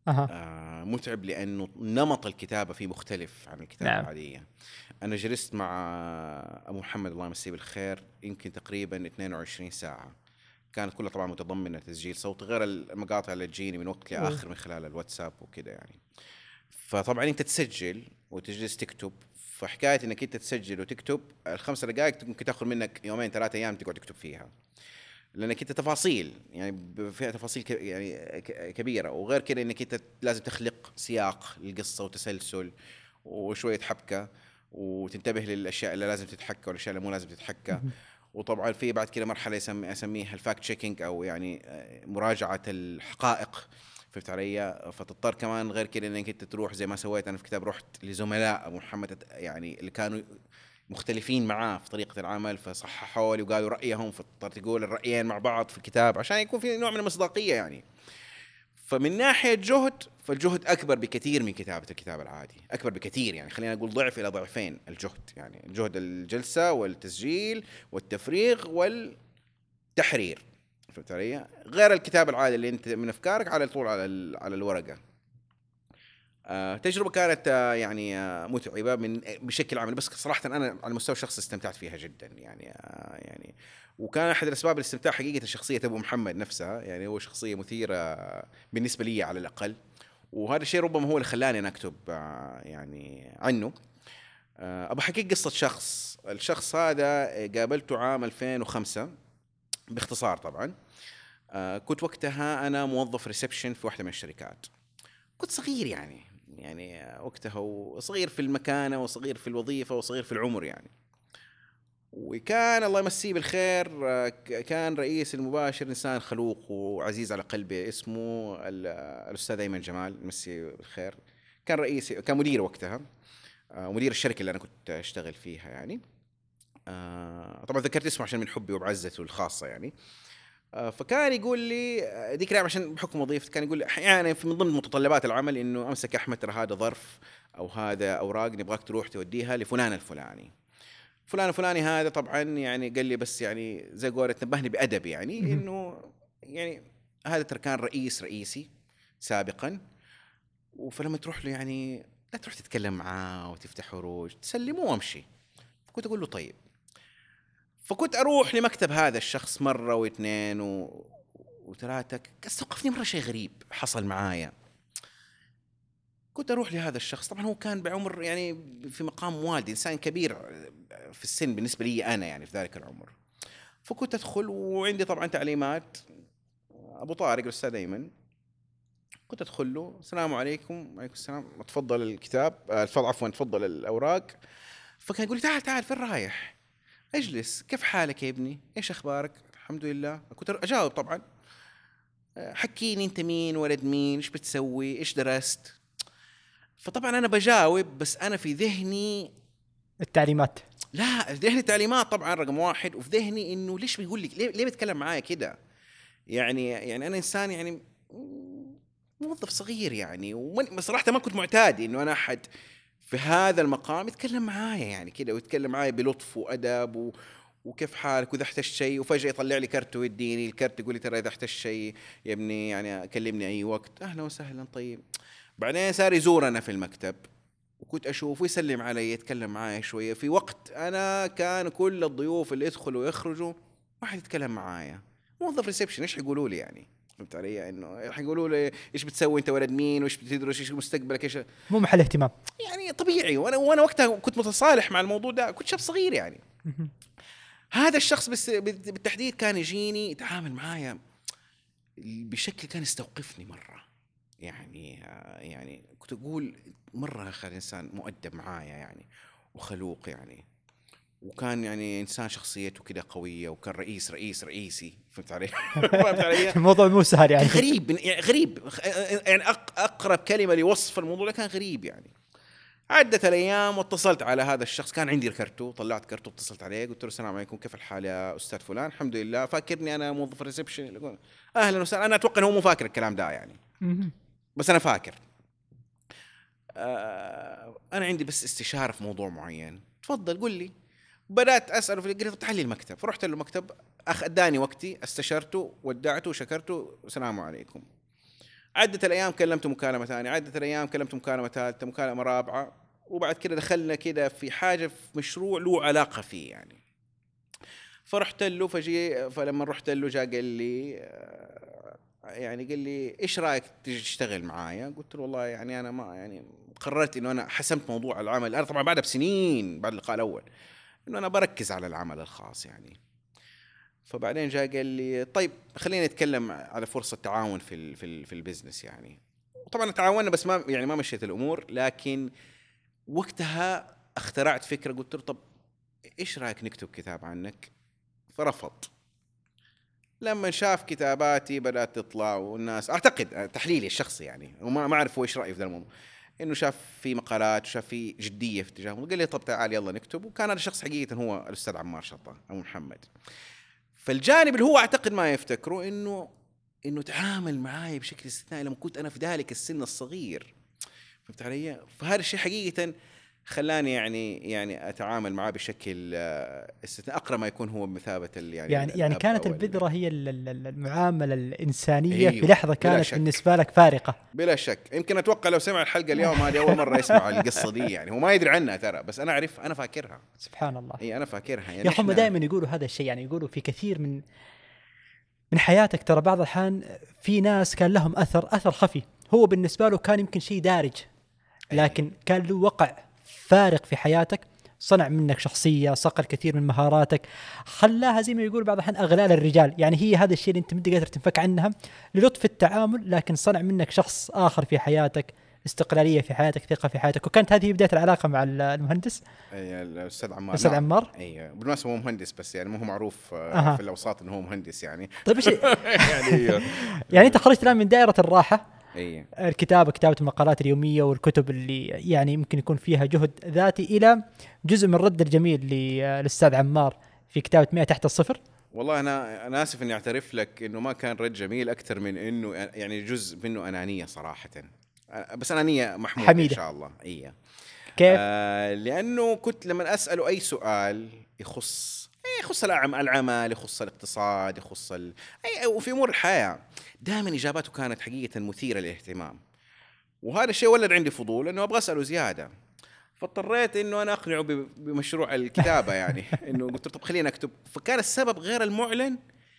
متعب لأنه نمط الكتابة فيه مختلف عن الكتابة نعم. العادية. أنا جلست مع أبو محمد الله يمسيه بالخير يمكن تقريبا 22 ساعة كانت كلها طبعا متضمنه تسجيل صوتي، غير المقاطع اللي تجيني من وقت لاخر من خلال الواتساب وكذا يعني. فطبعا انت تسجل وتجلس تكتب، فحكايه انك انت تسجل وتكتب الخمس دقائق ممكن تاخذ منك يومين 3 ايام تقعد تكتب فيها، لانك انت تفاصيل يعني فيها تفاصيل كبيره، وغير كده انك انت لازم تخلق سياق للقصه وتسلسل وشويه حبكه، وتنتبه للاشياء اللي لازم تتحكى والاشياء اللي مو لازم تتحكى. وطبعا في بعد كده مرحله اسميها الفاكت تشيكينج، او يعني مراجعه الحقائق، فهمت علي؟ فتضطر كمان غير كده انك انت تروح زي ما سويت انا في كتاب، رحت لزملاء ابو محمد يعني اللي كانوا مختلفين معاه في طريقة العمل، فصححوا لي وقالوا رأيهم، فاضطرت تقول الرأيين مع بعض في الكتاب عشان يكون في نوع من المصداقية يعني. فمن ناحية جهد، فالجهد أكبر بكثير من كتابة الكتاب العادي، أكبر بكثير يعني، خلينا نقول ضعف إلى ضعفين الجهد، يعني جهد الجلسة والتسجيل والتفريغ والتحرير، فهمت علي؟ غير الكتاب العادي اللي أنت من أفكارك على طول على الورقة. تجربة كانت يعني متعبة بشكل عام، بس صراحة أنا على المستوى الشخصي استمتعت فيها جدا يعني وكان أحد الأسباب الاستمتاع حقيقة شخصية أبو محمد نفسها، يعني هو شخصية مثيرة بالنسبة لي على الأقل، وهذا الشيء ربما هو اللي خلاني أنا أكتب يعني عنه. أبغى أحكي قصة الشخص هذا قابلته عام 2005 باختصار طبعا. كنت وقتها أنا موظف ريسبشن في واحدة من الشركات، كنت صغير يعني وقتها، وصغير في المكانة وصغير في الوظيفة وصغير في العمر يعني. وكان الله يمسيه بالخير كان رئيس المباشر إنسان خلوق وعزيز على قلبي، اسمه الأستاذ أيمن جمال، يمسيه بالخير. كان مدير وقتها، مدير الشركة اللي أنا كنت أشتغل فيها يعني. طبعا ذكرت اسمه عشان من حبي وبعزته الخاصة يعني. فكان يقول لي ذيك الأيام عشان بحكم وظيفتي، كان يقول لي احيانا من ضمن متطلبات العمل انه امسك احمد ترى هذا ظرف او هذا اوراق نبغاك تروح توديها لفلان الفلاني. فلان الفلاني هذا طبعا يعني قال لي بس يعني زي قولة نبهني بأدب يعني انه يعني هذا ترى كان رئيسي سابقا، فلما تروح له يعني لا تروح تتكلم معاه وتفتح عروج، تسلمه وامشي. كنت اقول له طيب. فكنت اروح لمكتب هذا الشخص مره واثنين وثلاثه، استوقفني مره شيء غريب حصل معايا. كنت اروح لهذا الشخص، طبعا هو كان بعمر يعني في مقام والدي، انسان كبير في السن بالنسبه لي انا يعني في ذلك العمر. فكنت ادخل وعندي طبعا تعليمات ابو طارق الاستاذ ايمن. كنت ادخل له السلام عليكم. وعليكم السلام. تفضل الكتاب، عفوا تفضل الاوراق. فكان يقول لي تعال فين رايح؟ اجلس، كيف حالك يا ابني؟ ايش اخبارك؟ الحمد لله. كنت اجاوب طبعا، حكيني انت مين، ولد مين، ايش بتسوي، ايش درست. فطبعا انا بجاوب بس انا في ذهني التعليمات. لا، في ذهني تعليمات طبعا رقم واحد، وفي ذهني انه ليش بيقول لك، ليه بيتكلم معايا كده يعني انا انسان يعني موظف صغير يعني، بصراحه ما كنت معتاد انه انا احد في هذا المقام يتكلم معايا يعني كده، ويتكلم معايا بلطف وادب وكيف حالك واذا احتجت شيء، وفجاه يطلع لي كرت ويديني الكرت يقول لي ترى اذا احتجت شيء يا ابني يعني كلمني اي وقت، اهلا وسهلا. طيب بعدين صار يزورنا في المكتب، وكنت اشوفه يسلم علي يتكلم معايا شويه، في وقت انا كان كل الضيوف اللي يدخلوا ويخرجوا ما حد يتكلم معايا. موظف ريسبشن ايش حيقولوا لي يعني؟ فهمت علي؟ انه حيقولوا لي ايش بتسوي انت، ولد مين، وايش بتدرس، ايش مستقبلك، ايش مو محل اهتمام يعني طبيعي. وانا وقتها كنت متصالح مع الموضوع ده، كنت شاب صغير يعني. هذا الشخص بس بالتحديد كان يجيني يتعامل معايا بشكل كان يستوقفني مره يعني كنت اقول مره اخر انسان مؤدب معايا يعني وخلوق يعني، وكان يعني انسان شخصيته كده قويه، وكان رئيسي، فهمت علي؟ فهمت علي؟ الموضوع مو سهل يعني. غريب يعني اقرب كلمه لوصف الموضوع ده كان غريب يعني. عدت الايام واتصلت على هذا الشخص، كان عندي كرته، طلعت كرته اتصلت عليه قلت له السلام عليكم كيف الحال يا استاذ فلان؟ الحمد لله. فاكرني انا موظف ريسبشن؟ اهلا وسهلا. انا اتوقع انه هو مو فاكر الكلام ده يعني، بس انا فاكر. انا عندي بس استشاره في موضوع معين، تفضل قل لي. بدات اساله في قلت تعال لي المكتب، فرحت له المكتب، اداني وقتي، استشرته ودعته وشكرته والسلام عليكم. عدت الايام كلمته مكالمه ثانيه، عدت الايام كلمته مكالمه ثالثه، مكالمه رابعه، وبعد كده دخلنا كده في حاجه، في مشروع له علاقه فيه يعني. فرحت له فلما رحت له جاء قال لي يعني قال لي ايش رايك تيجي تشتغل معايا؟ قلت له والله يعني انا ما يعني قررت انه انا حسمت موضوع العمل، انا طبعا بعدها بسنين بعد اللقاء الاول انه انا بركز على العمل الخاص يعني. فبعدين جاء قال لي طيب خلينا نتكلم على فرصه تعاون في البزنس يعني. وطبعا تعاوننا بس ما مشيت الامور، لكن وقتها اخترعت فكره. قلت له طب ايش رايك نكتب كتاب عنك؟ فرفض. لما شاف كتاباتي بدأت تطلع والناس أعتقد تحليلي الشخصي يعني، وما أعرف هو إيش رأيه في ذا الموضوع، إنه شاف في مقالات وشاف في جدية في اتجاهه، قال لي طب تعال يلا نكتب. وكان هذا الشخص حقيقة هو الأستاذ عمار شطة أو محمد. فالجانب اللي هو أعتقد ما يفتكره إنه تعامل معاي بشكل استثنائي لما كنت أنا في ذلك السن الصغير. فهمت علي؟ فهذا الشيء حقيقة خلاني يعني اتعامل معاه بشكل استثناء، اقرب ما يكون هو بمثابه يعني كانت البذره هي المعامله الانسانيه. أيوه في لحظه كانت بالنسبه لك فارقه بلا شك. يمكن اتوقع لو سمع الحلقه اليوم هذه اول مره يسمع القصه دي يعني، هو ما يدري عنها ترى، بس انا اعرف، انا فاكرها. سبحان الله. اي انا فاكرها يعني. يا اخي هم دائما يقولوا هذا الشيء، يعني يقولوا في كثير من حياتك ترى بعض الأحيان في ناس كان لهم أثر خفي، هو بالنسبة له كان يمكن شيء دارج، لكن كان له وقع فارق في حياتك، صنع منك شخصية، صقل كثير من مهاراتك، خلاها زي ما يقول بعض الأحيان أغلال الرجال. يعني هي هذا الشيء اللي أنت مدي قادر تنفك عنها للطف التعامل، لكن صنع منك شخص آخر في حياتك، استقلالية في حياتك، ثقة في حياتك. وكانت هذه بداية العلاقة مع المهندس الأستاذ عمار. الأستاذ عمار. أي بالمناسبة هو مهندس، بس يعني مو هو معروف في الأوساط إنه هو مهندس يعني. طيب إيش يعني أنت خرجت الآن من دائرة الراحة، الكتابة، كتابة المقالات اليومية والكتب اللي يعني يمكن يكون فيها جهد ذاتي، إلى جزء من الرد الجميل للأستاذ عمار في كتابة 100 تحت الصفر. والله أنا آسف إني أعترف لك إنه ما كان رد جميل أكثر من إنه يعني جزء منه أنانية صراحة، بس أنانية محمودة حميدة. إن شاء الله. إيه كيف؟ لأنه كنت لما أسأله أي سؤال يخص العمل، يخص الاقتصاد، يخص وفي أمور الحياة، دائما إجاباته كانت حقيقة مثيرة للاهتمام، وهذا الشيء ولد عندي فضول إنه أبغى أسأله زيادة. فاضطريت إنه أنا أقنعه بمشروع الكتابة يعني إنه قلت له طب خلينا أكتب. فكان السبب غير المعلن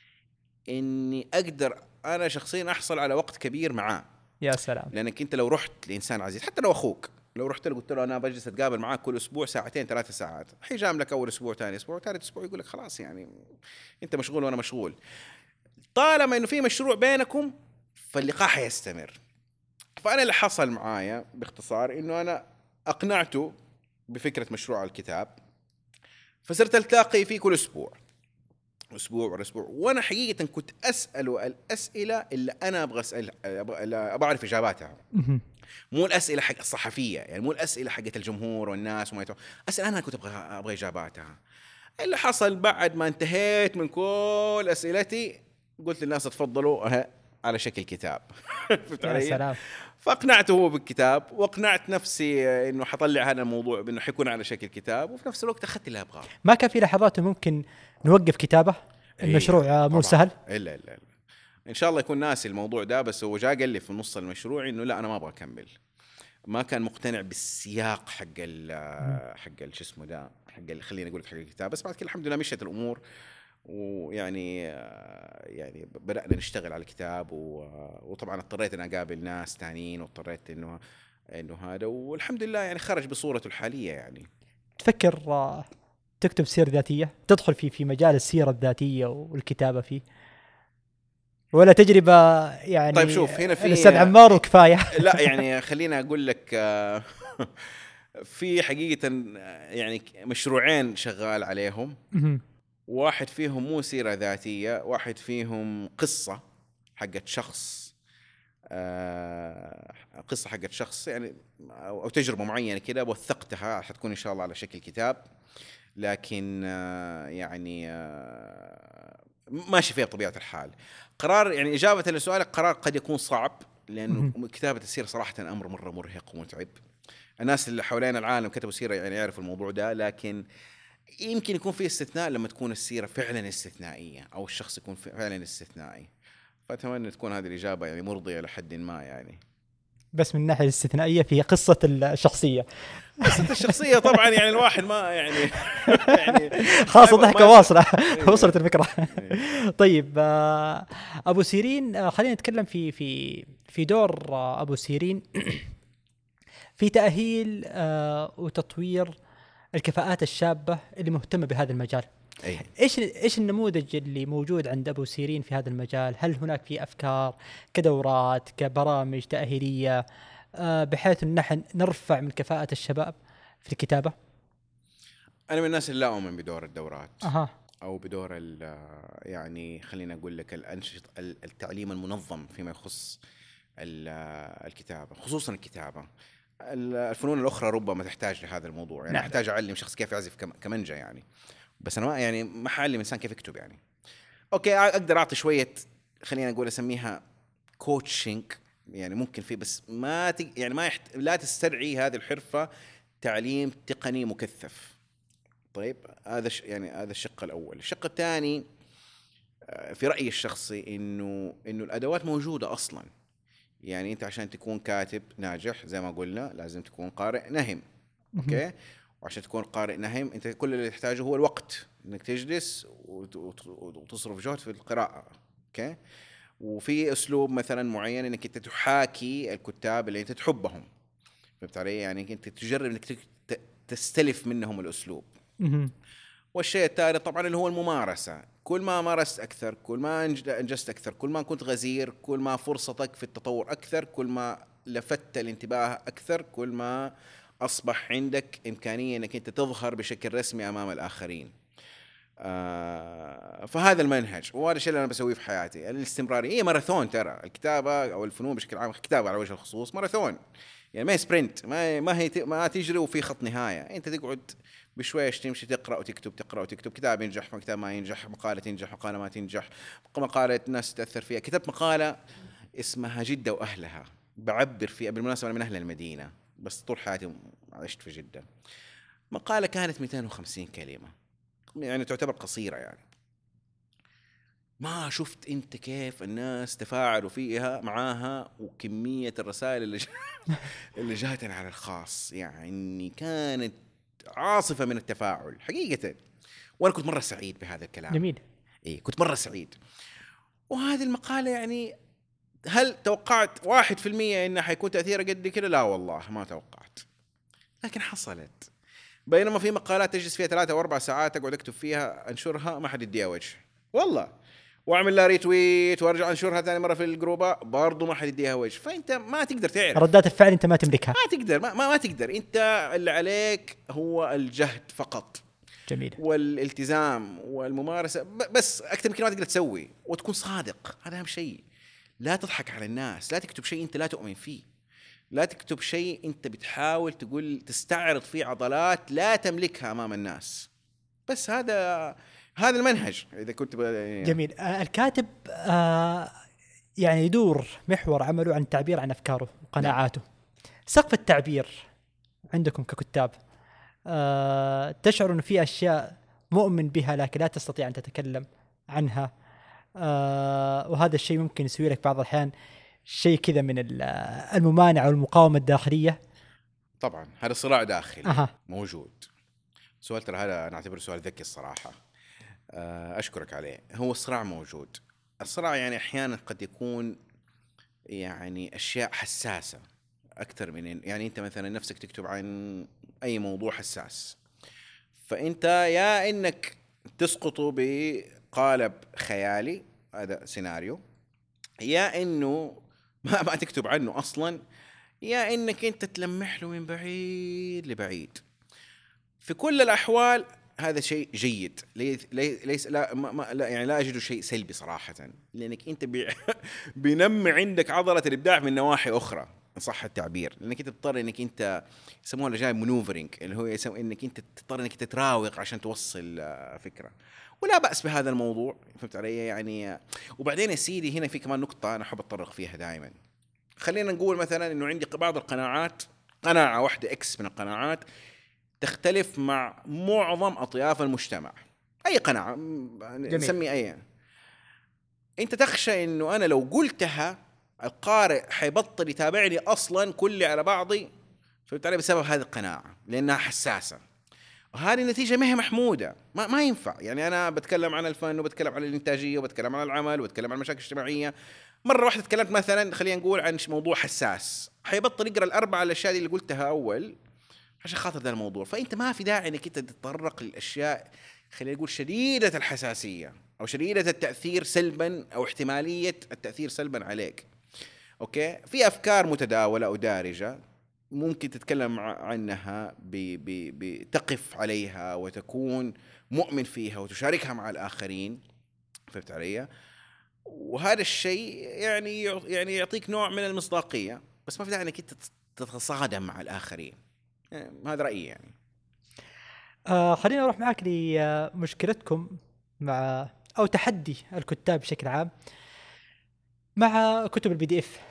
إني أقدر أنا شخصيا أحصل على وقت كبير معاه. يا سلام. لأنك أنت لو رحت لإنسان عزيز، حتى لو أخوك، لو رحت له قلت له أنا بجلس أتقابل معاك كل أسبوع 2-3 ساعات، حيجام لك أول أسبوع، ثاني أسبوع، ثالث أسبوع يقول لك خلاص يعني أنت مشغول وأنا مشغول. طالما إنه في مشروع بينكم فاللقاء حيستمر. فأنا اللي حصل معايا باختصار إنه أنا أقنعته بفكرة مشروع الكتاب، فصرت ألتقي فيه كل أسبوع ورا أسبوع، وأنا حقيقة كنت أسأله الأسئلة اللي أنا أبغى أسأل، أبغى أعرف إجاباتها، مو الأسئلة حق الصحفية يعني، مو الأسئلة حقت الجمهور والناس وما أسئلة أنا كنت أبغى إجاباتها. اللي حصل بعد ما انتهيت من كل أسئلتي قلت للناس تفضلوا على شكل كتاب. يا سلام. فأقنعته هو بالكتاب، وأقنعت نفسي إنه حطلع هذا الموضوع بأنه حيكون على شكل كتاب، وفي نفس الوقت أخذت اللي أبغاه. ما كان في لحظات ممكن نوقف كتابة؟ المشروع مو سهل. إلا إن شاء الله يكون ناسي الموضوع ده، بس هو جاء قال لي في نص المشروع إنه لا أنا ما أبغى أكمل. ما كان مقتنع بالسياق حق شو اسمه ده، حق اللي خلينا نقول حق الكتاب. بس بعد كده الحمد لله مشيت الأمور، ويعني بدأنا نشتغل على الكتاب، وطبعا اضطريت أن أقابل ناس تانيين، واضطريت إنه هذا، والحمد لله يعني خرج بصورته الحالية. يعني تفكر تكتب سيرة ذاتية، تدخل في مجال السيرة الذاتية والكتابة فيه، ولا تجربة يعني؟ طيب شوف، هنا في الأستاذ عمار وكفاية. لا يعني خلينا أقول لك في حقيقة يعني مشروعين شغال عليهم. واحد فيهم مو سيرة ذاتية، واحد فيهم قصة حقت شخص، قصة حقت شخص يعني، أو تجربة معينة كده وثقتها، حتكون إن شاء الله على شكل كتاب. لكن يعني ماشي فيها بطبيعة الحال. قرار يعني إجابة لسؤالك، قرار قد يكون صعب، لأنه كتابة السيرة صراحة أمر مرة مرهق ومتعب. الناس اللي حوالين العالم كتبوا سيرة يعني يعرفوا الموضوع ده، لكن يمكن يكون في استثناء لما تكون السيرة فعلا استثنائية، أو الشخص يكون فعلا استثنائي. فأتمنى تكون هذه الإجابة يعني مرضية لحد ما يعني. بس من الناحيه الاستثنائيه في قصه الشخصيه. بس الشخصيه طبعا يعني الواحد ما يعني يعني خلاص ضحكه واصله. وصلت إيه. الفكره. إيه. طيب ابو سيرين، خلينا نتكلم في دور ابو سيرين في تاهيل وتطوير الكفاءات الشابه اللي مهتمه بهذا المجال. اي ايش النموذج اللي موجود عند ابو سيرين في هذا المجال؟ هل هناك في افكار كدورات كبرامج تاهيليه بحيث ان نحن نرفع من كفاءه الشباب في الكتابه؟ انا من الناس اللي لا اؤمن بدور الدورات اها. او بدور يعني خلينا اقول لك التعليم المنظم فيما يخص الكتابه، خصوصا الكتابه. الفنون الاخرى ربما تحتاج لهذا الموضوع، يعني نعم. احتاج اعلم شخص كيف يعزف كمانجا يعني، بس انا ما حعلم انسان كيف يكتب يعني. اوكي اقدر اعطي شويه، خلينا نقول اسميها كوتشنج يعني، ممكن في، بس ما يعني لا تستدعي هذه الحرفه تعليم تقني مكثف. طيب هذا يعني هذا الشق الاول. الشق الثاني في رايي الشخصي انه الادوات موجوده اصلا. يعني انت عشان تكون كاتب ناجح زي ما قلنا لازم تكون قارئ نهم. اوكي، وعشان تكون قارئ نهم انت كل اللي تحتاجه هو الوقت، انك تجلس وتصرف جهد في القراءه. اوكي، وفي اسلوب مثلا معين انك انت تحاكي الكتاب اللي انت تحبهم. فهمت علي؟ يعني انت تجرب انك تستلف منهم الاسلوب. والشيء الثالث طبعا اللي هو الممارسه. كل ما مارست اكثر، كل ما انجزت اكثر، كل ما كنت غزير، كل ما فرصتك في التطور اكثر، كل ما لفت الانتباه اكثر، كل ما اصبح عندك امكانيه انك انت تظهر بشكل رسمي امام الاخرين. فهذا المنهج، وهذا الشيء اللي انا بسويه في حياتي. الاستمراريه هي ماراثون، ترى الكتابه او الفنون بشكل عام، الكتابه على وجه الخصوص ماراثون يعني، ما هي سبرنت، ما تجري وفي خط نهايه. انت تقعد بشويش تمشي تقرا وتكتب، تقرا وتكتب، كتاب ينجح، كتاب ما ينجح، مقاله تنجح، مقاله ما تنجح، مقاله الناس تاثر فيها. كتبت مقاله اسمها جده واهلها، بعبر فيها بالمناسبه انا من اهل المدينه بس طول حياتي عشت في جده. مقاله كانت 250 كلمه، يعني تعتبر قصيره يعني. ما شفت انت كيف الناس تفاعلوا فيها معاها، وكميه الرسائل اللي جاتني على الخاص يعني كانت عاصفه من التفاعل حقيقه. وانا كنت مره سعيد بهذا الكلام. جميل. اي كنت مره سعيد. وهذه المقاله يعني هل توقعت 1% انها حيكون تاثيرها قد كده؟ لا والله ما توقعت، لكن حصلت. بينما في مقالات تجلس فيها 3 أو 4 ساعات اقعد اكتب فيها انشرها ما حد يديها وجه والله، واعمل لها ريتويت وارجع انشرها ثاني مره في الجروبات برضو ما حد يديها وجه. فانت ما تقدر تعرف ردات الفعل انت ما تملكها. ما تقدر ما تقدر. انت اللي عليك هو الجهد فقط. جميل. والالتزام والممارسه بس، اكثر من كده ما تقدر تسوي. وتكون صادق، هذا اهم شيء. لا تضحك على الناس، لا تكتب شيء انت لا تؤمن فيه، لا تكتب شيء انت بتحاول تقول تستعرض فيه عضلات لا تملكها امام الناس. بس هذا المنهج اذا كنت جميل. الكاتب يعني يدور محور عمله عن التعبير عن افكاره وقناعاته. سقف التعبير عندكم ككتاب، تشعر انه في اشياء مؤمن بها لكن لا تستطيع ان تتكلم عنها، وهذا الشيء ممكن يسوي لك بعض الأحيان شيء كذا من الممانعة والمقاومة الداخلية؟ طبعا هذا صراع داخلي أها. موجود. سؤال ترى هذا أنا أعتبره سؤال ذكي الصراحة، أشكرك عليه. هو الصراع موجود. الصراع يعني أحيانا قد يكون يعني أشياء حساسة أكثر من يعني أنت مثلا نفسك تكتب عن أي موضوع حساس، فأنت يا إنك تسقطه بقالب خيالي، هذا سيناريو، يا إنه ما تكتب عنه أصلا، يا إنك أنت تلمح له من بعيد لبعيد. في كل الأحوال هذا شيء جيد، ليس لا يعني لا أجده شيء سلبي صراحة، لأنك أنت بينمي عندك عضلة الإبداع من نواحي أخرى إن صح التعبير. لأنك أنت تضطر إنك أنت يسموها الرجال مانوفرينج، اللي هو إنك أنت تضطر إنك تتراوغ عشان توصل فكرة. ولا بأس بهذا الموضوع، فهمت علي يعني. وبعدين يا سيدي هنا في كمان نقطة أنا أحب أتطرق فيها دائما. خلينا نقول مثلا إنه عندي بعض القناعات، قناعة واحدة إكس من القناعات تختلف مع معظم أطياف المجتمع. أي قناعة نسمي أي، أنت تخشى إنه أنا لو قلتها القارئ حيبطل يتابعني اصلا كلي على بعضي، فهمت علي، بسبب هذه القناعه لانها حساسه. وهذه النتيجه ما هي محموده، ما ينفع. يعني انا بتكلم عن الفن وبتكلم عن الانتاجيه وبتكلم عن العمل وبتكلم عن المشاكل الاجتماعيه، مره واحده تكلمت مثلا خلينا نقول عن موضوع حساس، حيبطل يقرا الاربعه الاشياء اللي قلتها اول عشان خاطر ذا الموضوع. فانت ما في داعي انك انت تتطرق للاشياء خلينا نقول شديده الحساسيه او شديده التاثير سلبا او احتماليه التاثير سلبا عليك. اوكي، في افكار متداوله او دارجه ممكن تتكلم عنها بتقف عليها وتكون مؤمن فيها وتشاركها مع الاخرين، فهمت علي؟ وهذا الشيء يعني يعطيك نوع من المصداقيه، بس ما في داعي انك انت تتصادم مع الاخرين. يعني هذا رايي يعني. خلينا نروح معك لمشكلتكم مع او تحدي الكتاب بشكل عام مع كتب البي دي اف.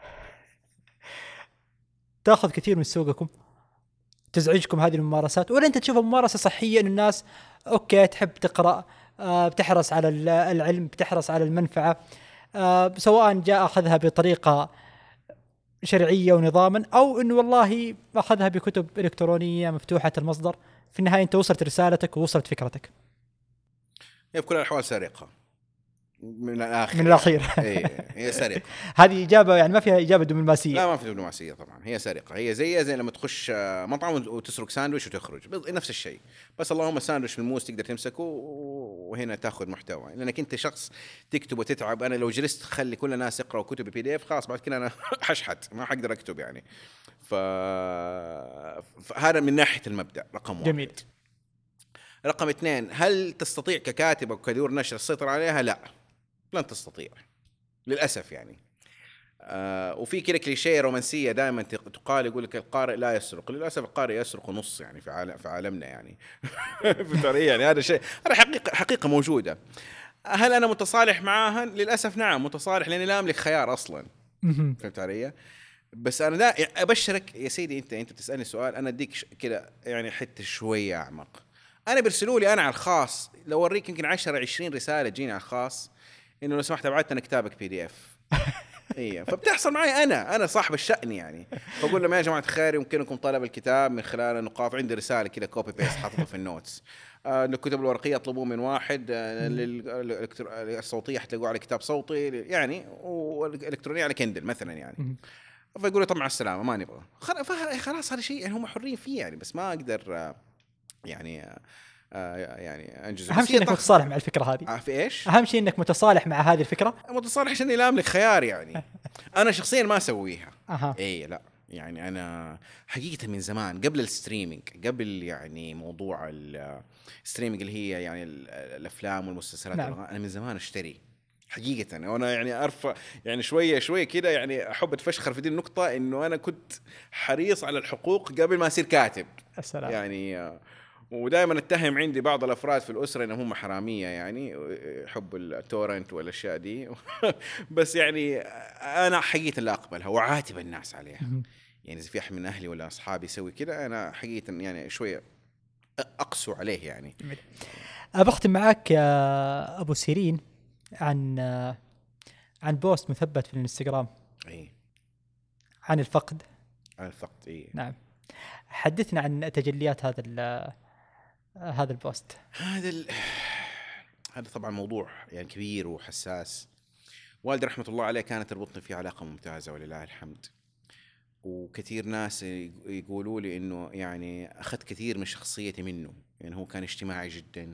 تاخذ كثير من سوقكم، تزعجكم هذه الممارسات، ولا انت تشوفها ممارسه صحيه ان الناس اوكي تحب تقرا، بتحرص على العلم، بتحرص على المنفعه، سواء جاء اخذها بطريقه شرعيه ونظاما او انه والله اخذها بكتب الكترونيه مفتوحه المصدر، في النهايه انت وصلت رسالتك ووصلت فكرتك. هي بكل الاحوال سرقه من الاخر، من الاخير ايه هي سرقه. هذه اجابه يعني ما فيها اجابه دبلوماسيه. لا ما في دبلوماسيه طبعا، هي سرقه. هي زي لما تخش مطعم وتسرق ساندويش وتخرج، نفس الشيء، بس اللهم الساندويش الموس تقدر تمسكه وهنا تاخذ محتوى، لانك انت شخص تكتب وتتعب. انا لو جلست خلي كل الناس يقراوا كتب البي دي اف خلاص بعد كده انا حشحت ما حقدر اكتب يعني. فهذا من ناحيه المبدا رقم واحد. جميل. رقم اثنين، هل تستطيع ككاتب او كدور نشر السيطره عليها؟ لا، لن تستطيع للاسف يعني. وفي كده كليشيه رومانسيه دائما تقال، يقول لك القارئ لا يسرق. للاسف القارئ يسرق نص يعني في عالمنا يعني. في طريقة يعني هذا شيء، هذا حقيقه موجوده. هل انا متصالح معها؟ للاسف نعم متصالح، لاني لا املك خيار اصلا. فهمت علي؟ بس انا لا ابشرك يا سيدي، انت بتسالني سؤال، انا اديك كده يعني حته شويه اعمق. انا بيرسلوا لي انا على الخاص، لو اوريك يمكن 10 20 رساله تجيني على الخاص انه لو سمحت ابعت لنا كتابك بي دي اف. ايه، فبتحصل معي انا صاحب الشأن يعني. فاقول لهم يا جماعه الخير يمكنكم طلب الكتاب من خلال النقاط، عندي رساله كده كوبي بيست حاططها في النوتس. الكتب الورقيه اطلبوه من واحد، الصوتيه حتلاقوه على كتاب صوتي يعني، والالكترونيه على كندل مثلا يعني. فيقولوا طبعا السلامه ما نبغى. خلاص هذا شيء يعني هم حرين فيه يعني، بس ما اقدر يعني يعني انجز. اهم شيء انك متصالح مع الفكره هذه. في ايش؟ اهم شيء انك متصالح مع هذه الفكره. متصالح عشان لا املك خيار يعني. انا شخصيا ما اسويها. أها. اي لا يعني انا حقيقه من زمان قبل الستريمينج، قبل يعني موضوع الستريمينج اللي هي يعني الافلام والمسلسلات. نعم. انا من زمان اشتري حقيقه، وانا يعني ارفع يعني شويه كده يعني احب اتفشخر في دي النقطه، انه انا كنت حريص على الحقوق قبل ما اصير كاتب. السلام. يعني ودائما اتهم عندي بعض الافراد في الاسره انهم هم حراميه يعني، يحب التورنت والاشياء دي. بس يعني انا حقيقه لا اقبلها وعاتب الناس عليها. يعني اذا في احد من اهلي ولا اصحابي يسوي كذا انا حقيقه يعني شويه اقسو عليه يعني. أبختم معك يا أبو سيرين عن بوست مثبت في الانستغرام. اي عن الفقد. عن الفقد. اي نعم، حدثنا عن تجليات هذا البوست. هذا طبعا موضوع يعني كبير وحساس. والدي رحمه الله عليه كانت تربطني فيه علاقه ممتازه ولله الحمد، وكثير ناس يقولوا لي انه يعني اخذت كثير من شخصيتي منه. يعني هو كان اجتماعي جدا،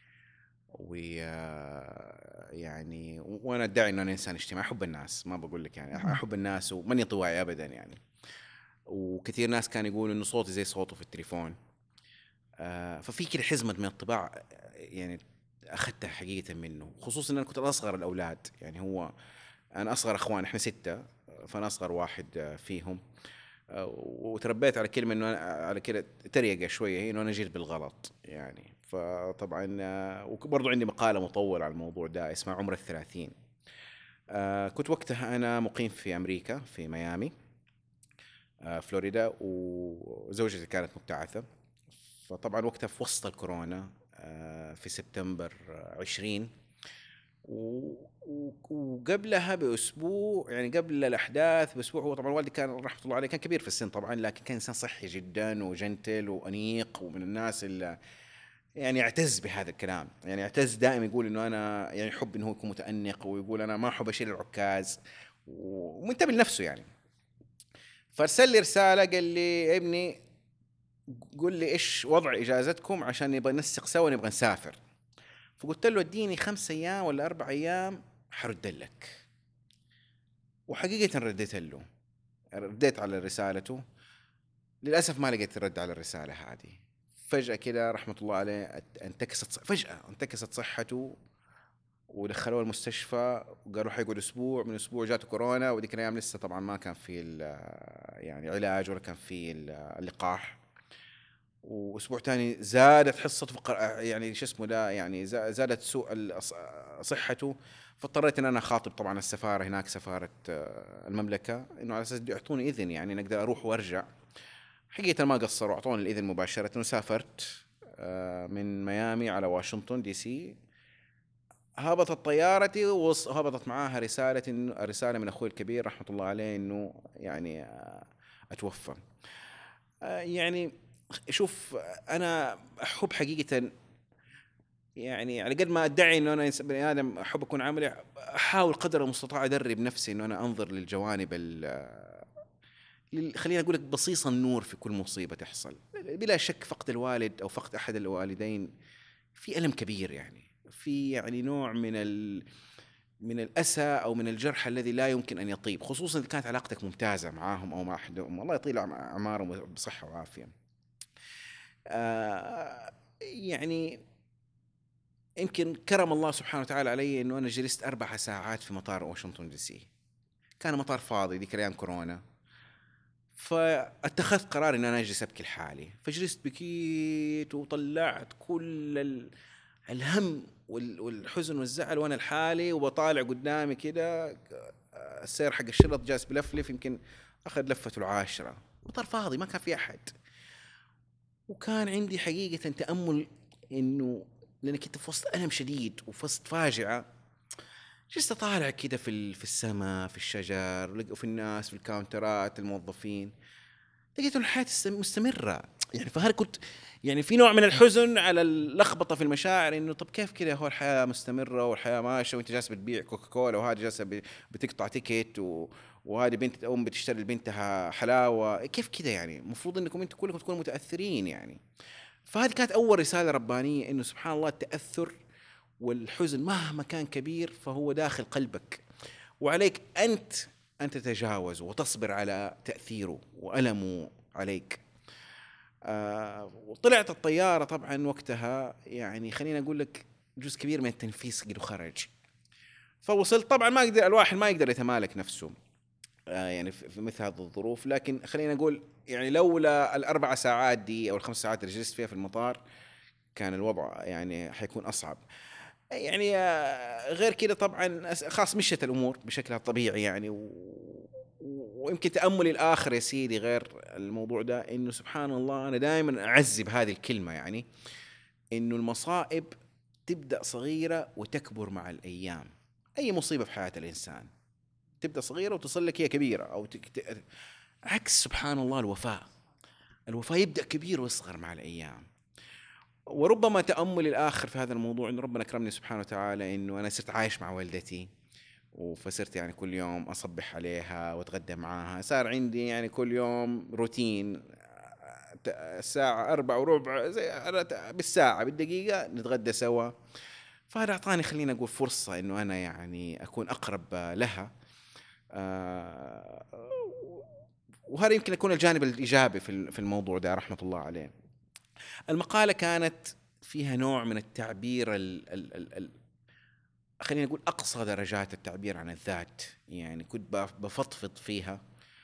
ويعني وانا ادعي انه انا انسان اجتماعي، احب الناس، ما بقول لك يعني احب الناس وماني انطوائي ابدا يعني. وكثير ناس كانوا يقولوا انه صوتي زي صوته في التليفون. ففي كده حزمه من الطباع يعني اخذتها حقيقه منه، خصوصا ان انا كنت اصغر الاولاد. يعني هو انا اصغر اخوان، احنا 6، فانا اصغر واحد فيهم. وتربيت على كلمه انه على كده تريقه شويه، انه انا جيت بالغلط يعني. فطبعا وبرضه عندي مقاله مطوله على الموضوع ده اسمها عمر ال30. كنت وقتها انا مقيم في امريكا في ميامي فلوريدا، وزوجتي كانت مبتعثه. فطبعا وقتها في وسط الكورونا في سبتمبر 20 وقبلها باسبوع، يعني قبل الاحداث باسبوع، هو طبعا والدي كان رحمه الله عليه كان كبير في السن طبعا، لكن كان انسان صحي جدا وجنتل وانيق، ومن الناس اللي يعني يعتز بهذا الكلام، يعني يعتز دائما يقول انه انا يعني يحب انه هو يكون متانق، ويقول انا ما احب اشيل العكاز، ومنتبه لنفسه يعني. فارسل لي رساله قال لي يا ابني قل لي ايش وضع اجازتكم عشان نبغى ننسق سوا، نبغى نسافر. فقلت له اديني 5 ايام ولا 4 ايام حرد لك. وحقيقه رديت له، رديت على رسالته. للاسف ما لقيت رد على الرساله هذه. فجاه كده رحمه الله عليه فجاه انتكست صحته، ودخلوه المستشفى وقالوا حيقعد اسبوع. من اسبوع جاته كورونا، وديك الايام لسه طبعا ما كان في يعني علاج ولا كان في اللقاح. واسبوع تاني زادت حصته يعني شو اسمه ده، يعني زادت سوء صحته. فاضطريت ان انا اخاطب طبعا السفاره هناك، سفاره المملكه، انه على اساس يعطوني اذن يعني نقدر اروح وارجع. حقيقه ما قصروا، اعطوني الاذن مباشره، وسافرت من ميامي على واشنطن دي سي. هبطت طيارتي وهبطت معاها رسالة من أخوي الكبير رحمة الله عليه إنه يعني أتوفى. يعني شوف، أنا أحب حقيقة، يعني على قد ما أدعي إنه أنا بني آدم أحب أكون عملي، أحاول قدر المستطاع أدرب نفسي إنه أنا أنظر للجوانب خلينا أقول لك بصيص النور في كل مصيبة تحصل. بلا شك فقد الوالد أو فقد أحد الوالدين في ألم كبير، يعني في يعني نوع من الأسى أو من الجرح الذي لا يمكن أن يطيب، خصوصا إذا كانت علاقتك ممتازة معاهم أو مع أحدهم. الله يطيل أعمارهم بصحة وعافية. يعني يمكن كرم الله سبحانه وتعالى علي إنه أنا جلست 4 ساعات في مطار واشنطن دي سي. كان مطار فاضي ذيك الأيام كورونا. فاتخذت قرار إن أنا أجلس أبكي لحالي، فجلست بكيت وطلعت كل الهم والحزن والزعل وانا لحالي، وبطالع قدامي كده السير حق الشرط جالس بلفلف، يمكن اخذ لفته العاشرة، مطار فاضي ما كان في احد. وكان عندي حقيقة تأمل، انه لاني كنت في وسط ألم شديد وفي وسط فاجعة، جلست اطالع كده في السماء، في الشجر، وفي الناس، في الكاونترات، الموظفين. لقيت الحياة مستمرة يعني. فهل كنت يعني في نوع من الحزن على اللخبطة في المشاعر، انه طب كيف كده هو الحياة مستمرة والحياة ماشية، وانت جالس بتبيع كوكاكولا، وهذه جالسة بتقطع تيكت، وهذه بنت بتشتري لبنتها حلاوة، كيف كده يعني؟ المفروض انكم انتم كلكم تكونوا متأثرين يعني. فهذه كانت اول رسالة ربانية، انه سبحان الله التأثر والحزن مهما كان كبير فهو داخل قلبك، وعليك أن تتجاوز وتصبر على تأثيره وألمه عليك. وطلعت الطيارة طبعا وقتها، يعني خلينا أقول لك جزء كبير من التنفيس قد خرج. فوصلت طبعا، ما يقدر الواحد ما يقدر يتمالك نفسه يعني في مثل هذه الظروف. لكن خلينا نقول يعني لولا ال4 ساعات دي أو ال5 ساعات اللي جلست فيها في المطار، كان الوضع يعني حيكون أصعب يعني. غير كده طبعا خاص مشت الامور بشكلها الطبيعي يعني. ويمكن تاملي الاخر يا سيدي غير الموضوع ده، انه سبحان الله انا دائما اعزي بهذه الكلمه، يعني انه المصائب تبدا صغيره وتكبر مع الايام. اي مصيبه في حياه الانسان تبدا صغيره وتصل لك هي كبيره، او عكس سبحان الله الوفاء يبدا كبير ويصغر مع الايام. وربما تأمل الآخر في هذا الموضوع، إنه ربنا أكرمني سبحانه وتعالى إنه أنا صرت عايش مع والدتي، وفصرت يعني كل يوم أصبح عليها وأتغدى معاها. صار عندي يعني كل يوم روتين، الساعة 4:15 بالساعة بالدقيقة نتغدى سوا. فهذا أعطاني خلينا أقول فرصة إنه أنا يعني أكون أقرب لها. وهذا يمكن يكون الجانب الإيجابي في الموضوع ده رحمة الله عليه. المقالة كانت فيها نوع من التعبير خلينا نقول أقصى درجات التعبير عن الذات، يعني كنت بفضفض فيها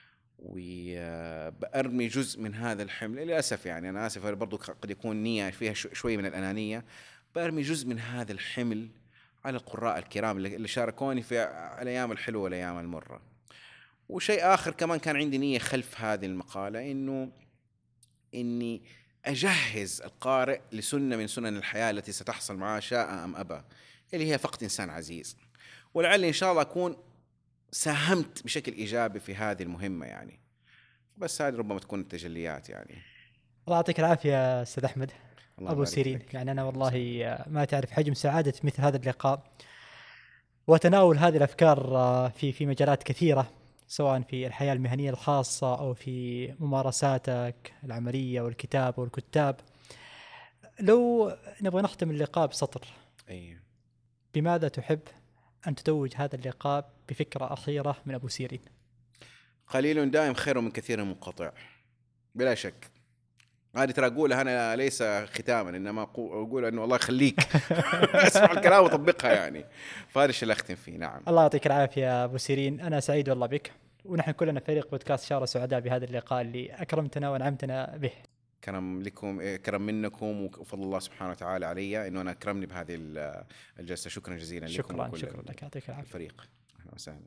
وبأرمي جزء من هذا الحمل. للأسف يعني أنا آسف، برضو قد يكون نية فيها شوي من الأنانية. بأرمي جزء من هذا الحمل على القراء الكرام اللي شاركوني في الأيام الحلوة والأيام المرة. وشيء آخر كمان كان عندي نية خلف هذه المقالة، إني أجهز القارئ لسنة من سنن الحياة التي ستحصل معه شاء أم أبى. اللي هي فقد إنسان عزيز، ولعل إن شاء الله أكون ساهمت بشكل إيجابي في هذه المهمة يعني. بس هذه ربما تكون التجليات يعني. الله يعطيك العافية أستاذ أحمد الله أبو يبارك سيرين. لك. يعني أنا والله ما تعرف حجم سعادة مثل هذا اللقاء وتناول هذه الأفكار في مجالات كثيرة، سواء في الحياة المهنية الخاصة أو في ممارساتك العملية والكتابة والكتاب. لو نبغى نختم اللقاء بسطر، أي بماذا تحب أن تتوج هذا اللقاء بفكرة أخيرة من أبو سيرين؟ قليل دائم خير من كثير منقطع، بلا شك. هذه ترى أقولها أنا ليس ختاما، إنما أقول إنه الله يخليك أسمع الكلام وطبقها يعني. فهذا الشيء اللي أختم فيه. نعم. الله يعطيك العافية يا أبو سيرين، أنا سعيد والله بك، ونحن كلنا فريق بودكاست شارة سعداء بهذا اللقاء اللي أكرمتنا وأنعمتنا به. كرم لكم، كرم منكم، وفضل الله سبحانه وتعالى علي إنه أنا أكرمني بهذه الجلسة. شكرا جزيلا لكم. شكرا لك، يعطيك العافية. الفريق. أهلا وسهلا.